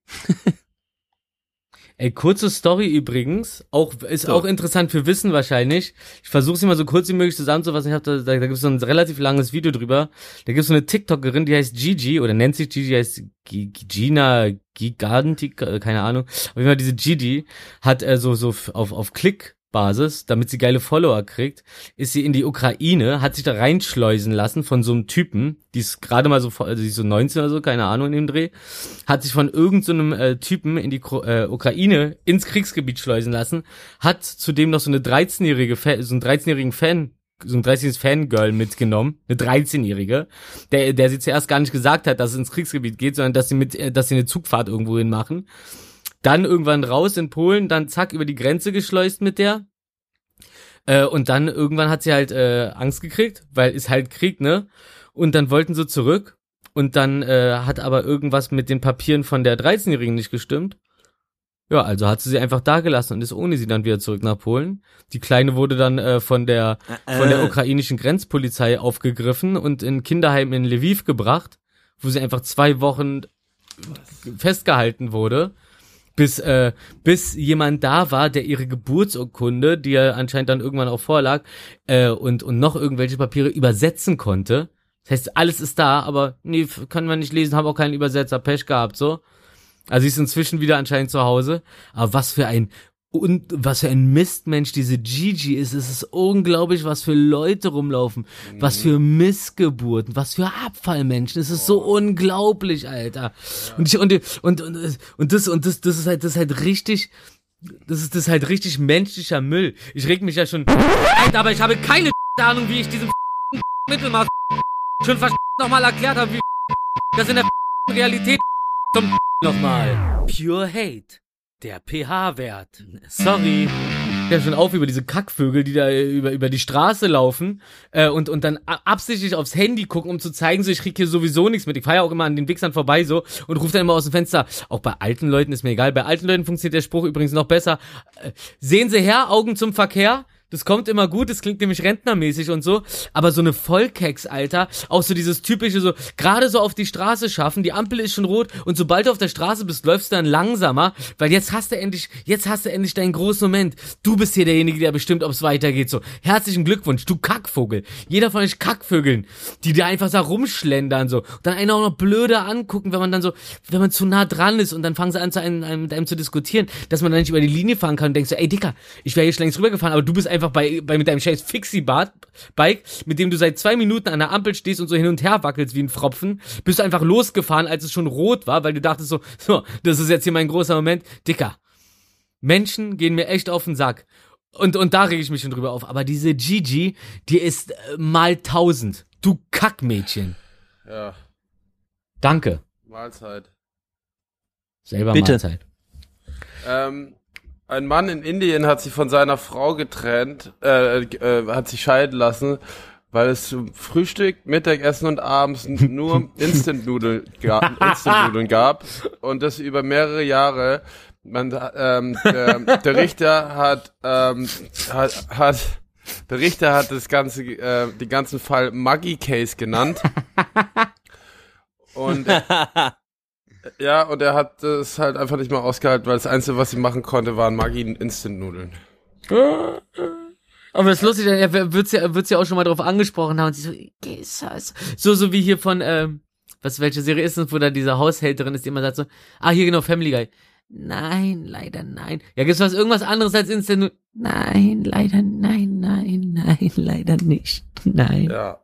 Ey, kurze Story übrigens, auch ist So. auch interessant für Wissen wahrscheinlich. Ich versuche sie mal so kurz wie möglich zusammenzufassen. Ich hab da, da, da gibt es so ein relativ langes Video drüber. Da gibt es so eine TikTokerin, die heißt Gigi oder nennt sich Gigi, heißt G- Gina Gigantik, äh, keine Ahnung. Auf jeden Fall diese Gigi hat äh, so so f- auf auf Klickbasis, damit sie geile Follower kriegt, ist sie in die Ukraine, hat sich da reinschleusen lassen von so einem Typen, die ist gerade mal so, also die ist so neunzehn oder so, keine Ahnung in dem Dreh, hat sich von irgendeinem so äh, Typen in die Kro- äh, Ukraine ins Kriegsgebiet schleusen lassen, hat zudem noch so eine dreizehnjährige, Fa- so einen dreizehnjährigen Fan, so ein dreizehnjähriges Fangirl mitgenommen, eine dreizehnjährige, der, der sie zuerst gar nicht gesagt hat, dass es ins Kriegsgebiet geht, sondern dass sie mit, äh, dass sie eine Zugfahrt irgendwo hin machen. Dann irgendwann raus in Polen, dann zack über die Grenze geschleust mit der. Äh, und dann irgendwann hat sie halt äh, Angst gekriegt, weil ist halt Krieg, ne? Und dann wollten sie zurück. Und dann äh, hat aber irgendwas mit den Papieren von der dreizehnjährigen nicht gestimmt. Ja, also hat sie sie einfach da gelassen und ist ohne sie dann wieder zurück nach Polen. Die Kleine wurde dann äh, von der Äh, von der ukrainischen Grenzpolizei aufgegriffen und in ein Kinderheim in Lviv gebracht, wo sie einfach zwei Wochen festgehalten wurde. Bis, äh, bis jemand da war, der ihre Geburtsurkunde, die ja anscheinend dann irgendwann auch vorlag, äh, und, und noch irgendwelche Papiere übersetzen konnte. Das heißt, alles ist da, aber nee, können wir nicht lesen, haben auch keinen Übersetzer, Pech gehabt, so. Also sie ist inzwischen wieder anscheinend zu Hause. Aber was für ein, und was für ein Mistmensch diese Gigi ist. Es ist unglaublich, was für Leute rumlaufen. Mhm. Was für Missgeburten, was für Abfallmenschen. Es ist oh. so unglaublich, Alter. Ja. Und, ich, und, und, und, und das, und das, das ist halt, das ist halt richtig, Das ist, das ist halt richtig menschlicher Müll. Ich reg mich ja schon, Alter, aber ich habe keine Ahnung, wie ich diesem Mittelmaß schon nochmal erklärt habe, wie das in der Realität zum nochmal. Pure Hate. Der pH-Wert. Sorry. Ich hab schon auf über diese Kackvögel, die da über, über die Straße laufen äh, und, und dann absichtlich aufs Handy gucken, um zu zeigen, so ich krieg hier sowieso nichts mit. Ich fahre ja auch immer an den Wichsern vorbei so und rufe dann immer aus dem Fenster. Auch bei alten Leuten ist mir egal. Bei alten Leuten funktioniert der Spruch übrigens noch besser. Äh, sehen Sie her, Augen zum Verkehr. Das kommt immer gut, das klingt nämlich rentnermäßig und so, aber so eine Vollkeks, Alter, auch so dieses typische so, gerade so auf die Straße schaffen, die Ampel ist schon rot und sobald du auf der Straße bist, läufst du dann langsamer, weil jetzt hast du endlich, jetzt hast du endlich deinen großen Moment. Du bist hier derjenige, der bestimmt, ob es weitergeht, so. Herzlichen Glückwunsch, du Kackvogel. Jeder von euch Kackvögeln, die da einfach so rumschlendern, so. Und dann einen auch noch blöder angucken, wenn man dann so, wenn man zu nah dran ist und dann fangen sie an, zu einem, einem, mit einem zu diskutieren, dass man dann nicht über die Linie fahren kann und denkst so, ey Dicker, ich wäre hier schon längst rübergefahren, aber du bist einfach bei, bei mit deinem scheiß Fixie-Bike, mit dem du seit zwei Minuten an der Ampel stehst und so hin und her wackelst wie ein Pfropfen, bist du einfach losgefahren, als es schon rot war, weil du dachtest so, so, das ist jetzt hier mein großer Moment. Dicker, Menschen gehen mir echt auf den Sack. Und, und da rege ich mich schon drüber auf. Aber diese Gigi, die ist äh, mal tausend. Du Kackmädchen. Ja. Danke. Mahlzeit. Selber Bitte. Mahlzeit. Ähm, ein Mann in Indien hat sich von seiner Frau getrennt, äh, äh, hat sich scheiden lassen, weil es zum Frühstück, Mittagessen und abends nur Instant-Nudeln gab, Instant-Nudeln gab und das über mehrere Jahre. Man, ähm, der, der Richter hat, ähm, hat, hat, der Richter hat das ganze, äh, den ganzen Fall Maggie Case genannt. Und ja, und er hat es halt einfach nicht mehr ausgehalten, weil das Einzige, was sie machen konnte, waren Maggi-Instant-Nudeln. Aber das ist lustig, er wird's ja, wird's ja auch schon mal drauf angesprochen haben und sie so, Jesus. So, so wie hier von, ähm, was, welche Serie ist das, wo da diese Haushälterin ist, die immer sagt so, ah, hier genau, Family Guy. Nein, leider nein. Ja, gibt's was, irgendwas anderes als Instant-Nudeln? Nein, leider, nein, nein, nein, leider nicht. Nein. Ja.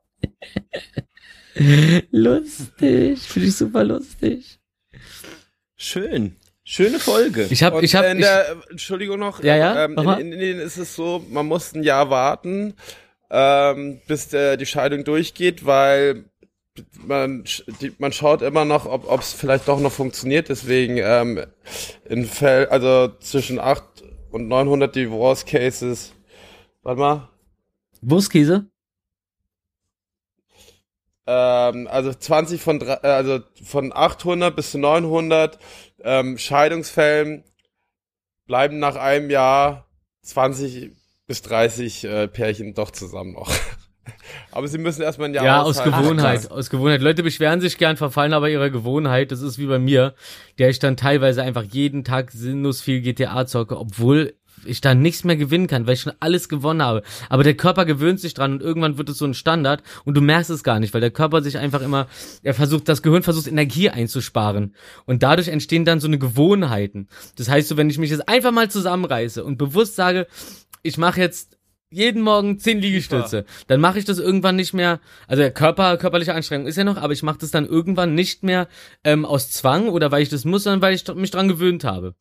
Lustig, finde ich super lustig. Schön. Schöne Folge. Ich hab, Und ich hab, in ich, der, Entschuldigung noch, Ja, ja, ähm, mach in, mal. in Indien ist es so, man muss ein Jahr warten, ähm, bis der, die Scheidung durchgeht, weil man, die, man schaut immer noch, ob es vielleicht doch noch funktioniert, deswegen ähm, in Fällen, also zwischen acht und neunhundert Divorce Cases, warte mal, Wurstkäse? ähm, also zwanzig von, drei- äh, also von achthundert bis zu neunhundert ähm, Scheidungsfällen bleiben nach einem Jahr zwanzig bis dreißig äh, Pärchen doch zusammen noch. Aber sie müssen erstmal ein Jahr Ja, aus aushalten. Gewohnheit, aus Gewohnheit. Leute beschweren sich gern, verfallen aber ihrer Gewohnheit. Das ist wie bei mir, der ich dann teilweise einfach jeden Tag sinnlos viel G T A zocke, obwohl ich da nichts mehr gewinnen kann, weil ich schon alles gewonnen habe. Aber der Körper gewöhnt sich dran und irgendwann wird es so ein Standard und du merkst es gar nicht, weil der Körper sich einfach immer, er versucht, das Gehirn versucht Energie einzusparen und dadurch entstehen dann so eine Gewohnheiten. Das heißt so, wenn ich mich jetzt einfach mal zusammenreiße und bewusst sage, ich mache jetzt jeden Morgen zehn Liegestütze, dann mache ich das irgendwann nicht mehr, also der Körper, körperliche Anstrengung ist ja noch, aber ich mache das dann irgendwann nicht mehr ähm, aus Zwang oder weil ich das muss, sondern weil ich mich dran gewöhnt habe.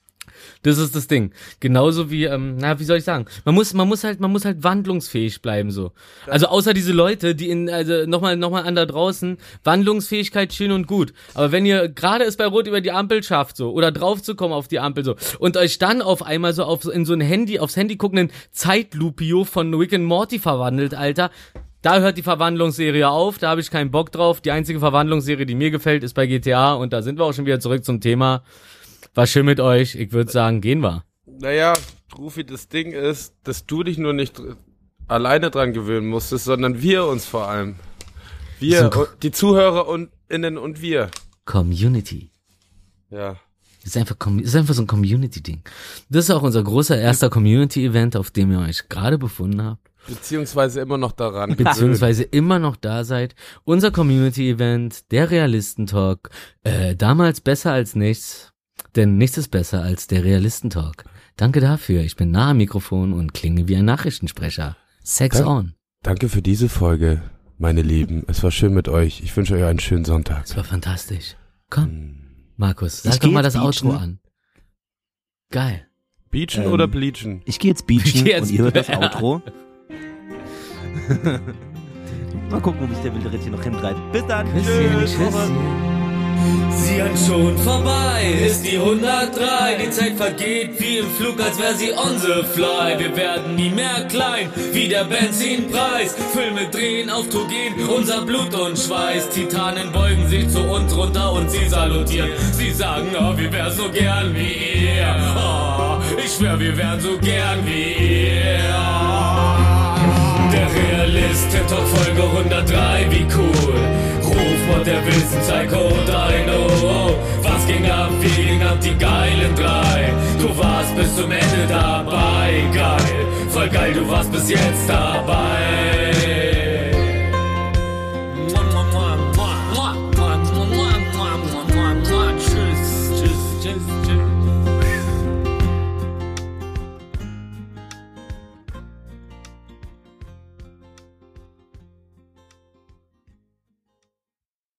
Das ist das Ding. Genauso wie, ähm, na, wie soll ich sagen? Man muss, man muss halt, man muss halt wandlungsfähig bleiben, so. Also außer diese Leute, die in, also nochmal, nochmal an da draußen, Wandlungsfähigkeit schön und gut. Aber wenn ihr gerade es bei Rot über die Ampel schafft, so, oder drauf zu kommen auf die Ampel, so, und euch dann auf einmal so auf, in so ein Handy, aufs Handy guckenden Zeitlupio von Rick and Morty verwandelt, Alter, da hört die Verwandlungsserie auf, da habe ich keinen Bock drauf. Die einzige Verwandlungsserie, die mir gefällt, ist bei G T A und da sind wir auch schon wieder zurück zum Thema. War schön mit euch. Ich würde sagen, gehen wir. Naja, Rufi, das Ding ist, dass du dich nur nicht dr- alleine dran gewöhnen musstest, sondern wir uns vor allem. Wir, So. und die Zuhörer und innen und wir. Community. Ja. Das ist einfach, Com- das ist einfach so ein Community-Ding. Das ist auch unser großer erster Community-Event, auf dem ihr euch gerade befunden habt. Beziehungsweise immer noch daran. Beziehungsweise immer noch da seid. Unser Community-Event, der Realistentalk. Äh, damals besser als nichts. Denn nichts ist besser als der Realistentalk. Danke dafür. Ich bin nah am Mikrofon und klinge wie ein Nachrichtensprecher. Sex Dank- on. Danke für diese Folge, meine Lieben. Es war schön mit euch. Ich wünsche euch einen schönen Sonntag. Das war fantastisch. Komm, Mm. Markus, sag Ich doch geh mal jetzt das Outro beachen. an. Geil. Beachen Ähm, oder bleachen? Ich gehe jetzt beachen Ich geh jetzt- und ihr hört das ja. Outro. Mal gucken, wo mich der wilde Ritt hier noch hintreibt. Bis dann. Tschüss. Sie hat schon vorbei, ist die hundertdrei. Die Zeit vergeht wie im Flug, als wär sie on the fly. Wir werden nie mehr klein, wie der Benzinpreis. Filme drehen, auf Tour gehen, unser Blut und Schweiß. Titanen beugen sich zu uns runter und sie salutieren. Sie sagen, oh, wir wären so gern wie ihr. Oh, ich schwör, wir wären so gern wie ihr. Der Realist, Talk Folge hundertdrei, wie cool. Rufmord, der Wilson, Psycho, Dino. Was ging ab, wie ging ab, die geilen drei. Du warst bis zum Ende dabei, geil. Voll geil, du warst bis jetzt dabei. Tschüss, tschüss, tschüss.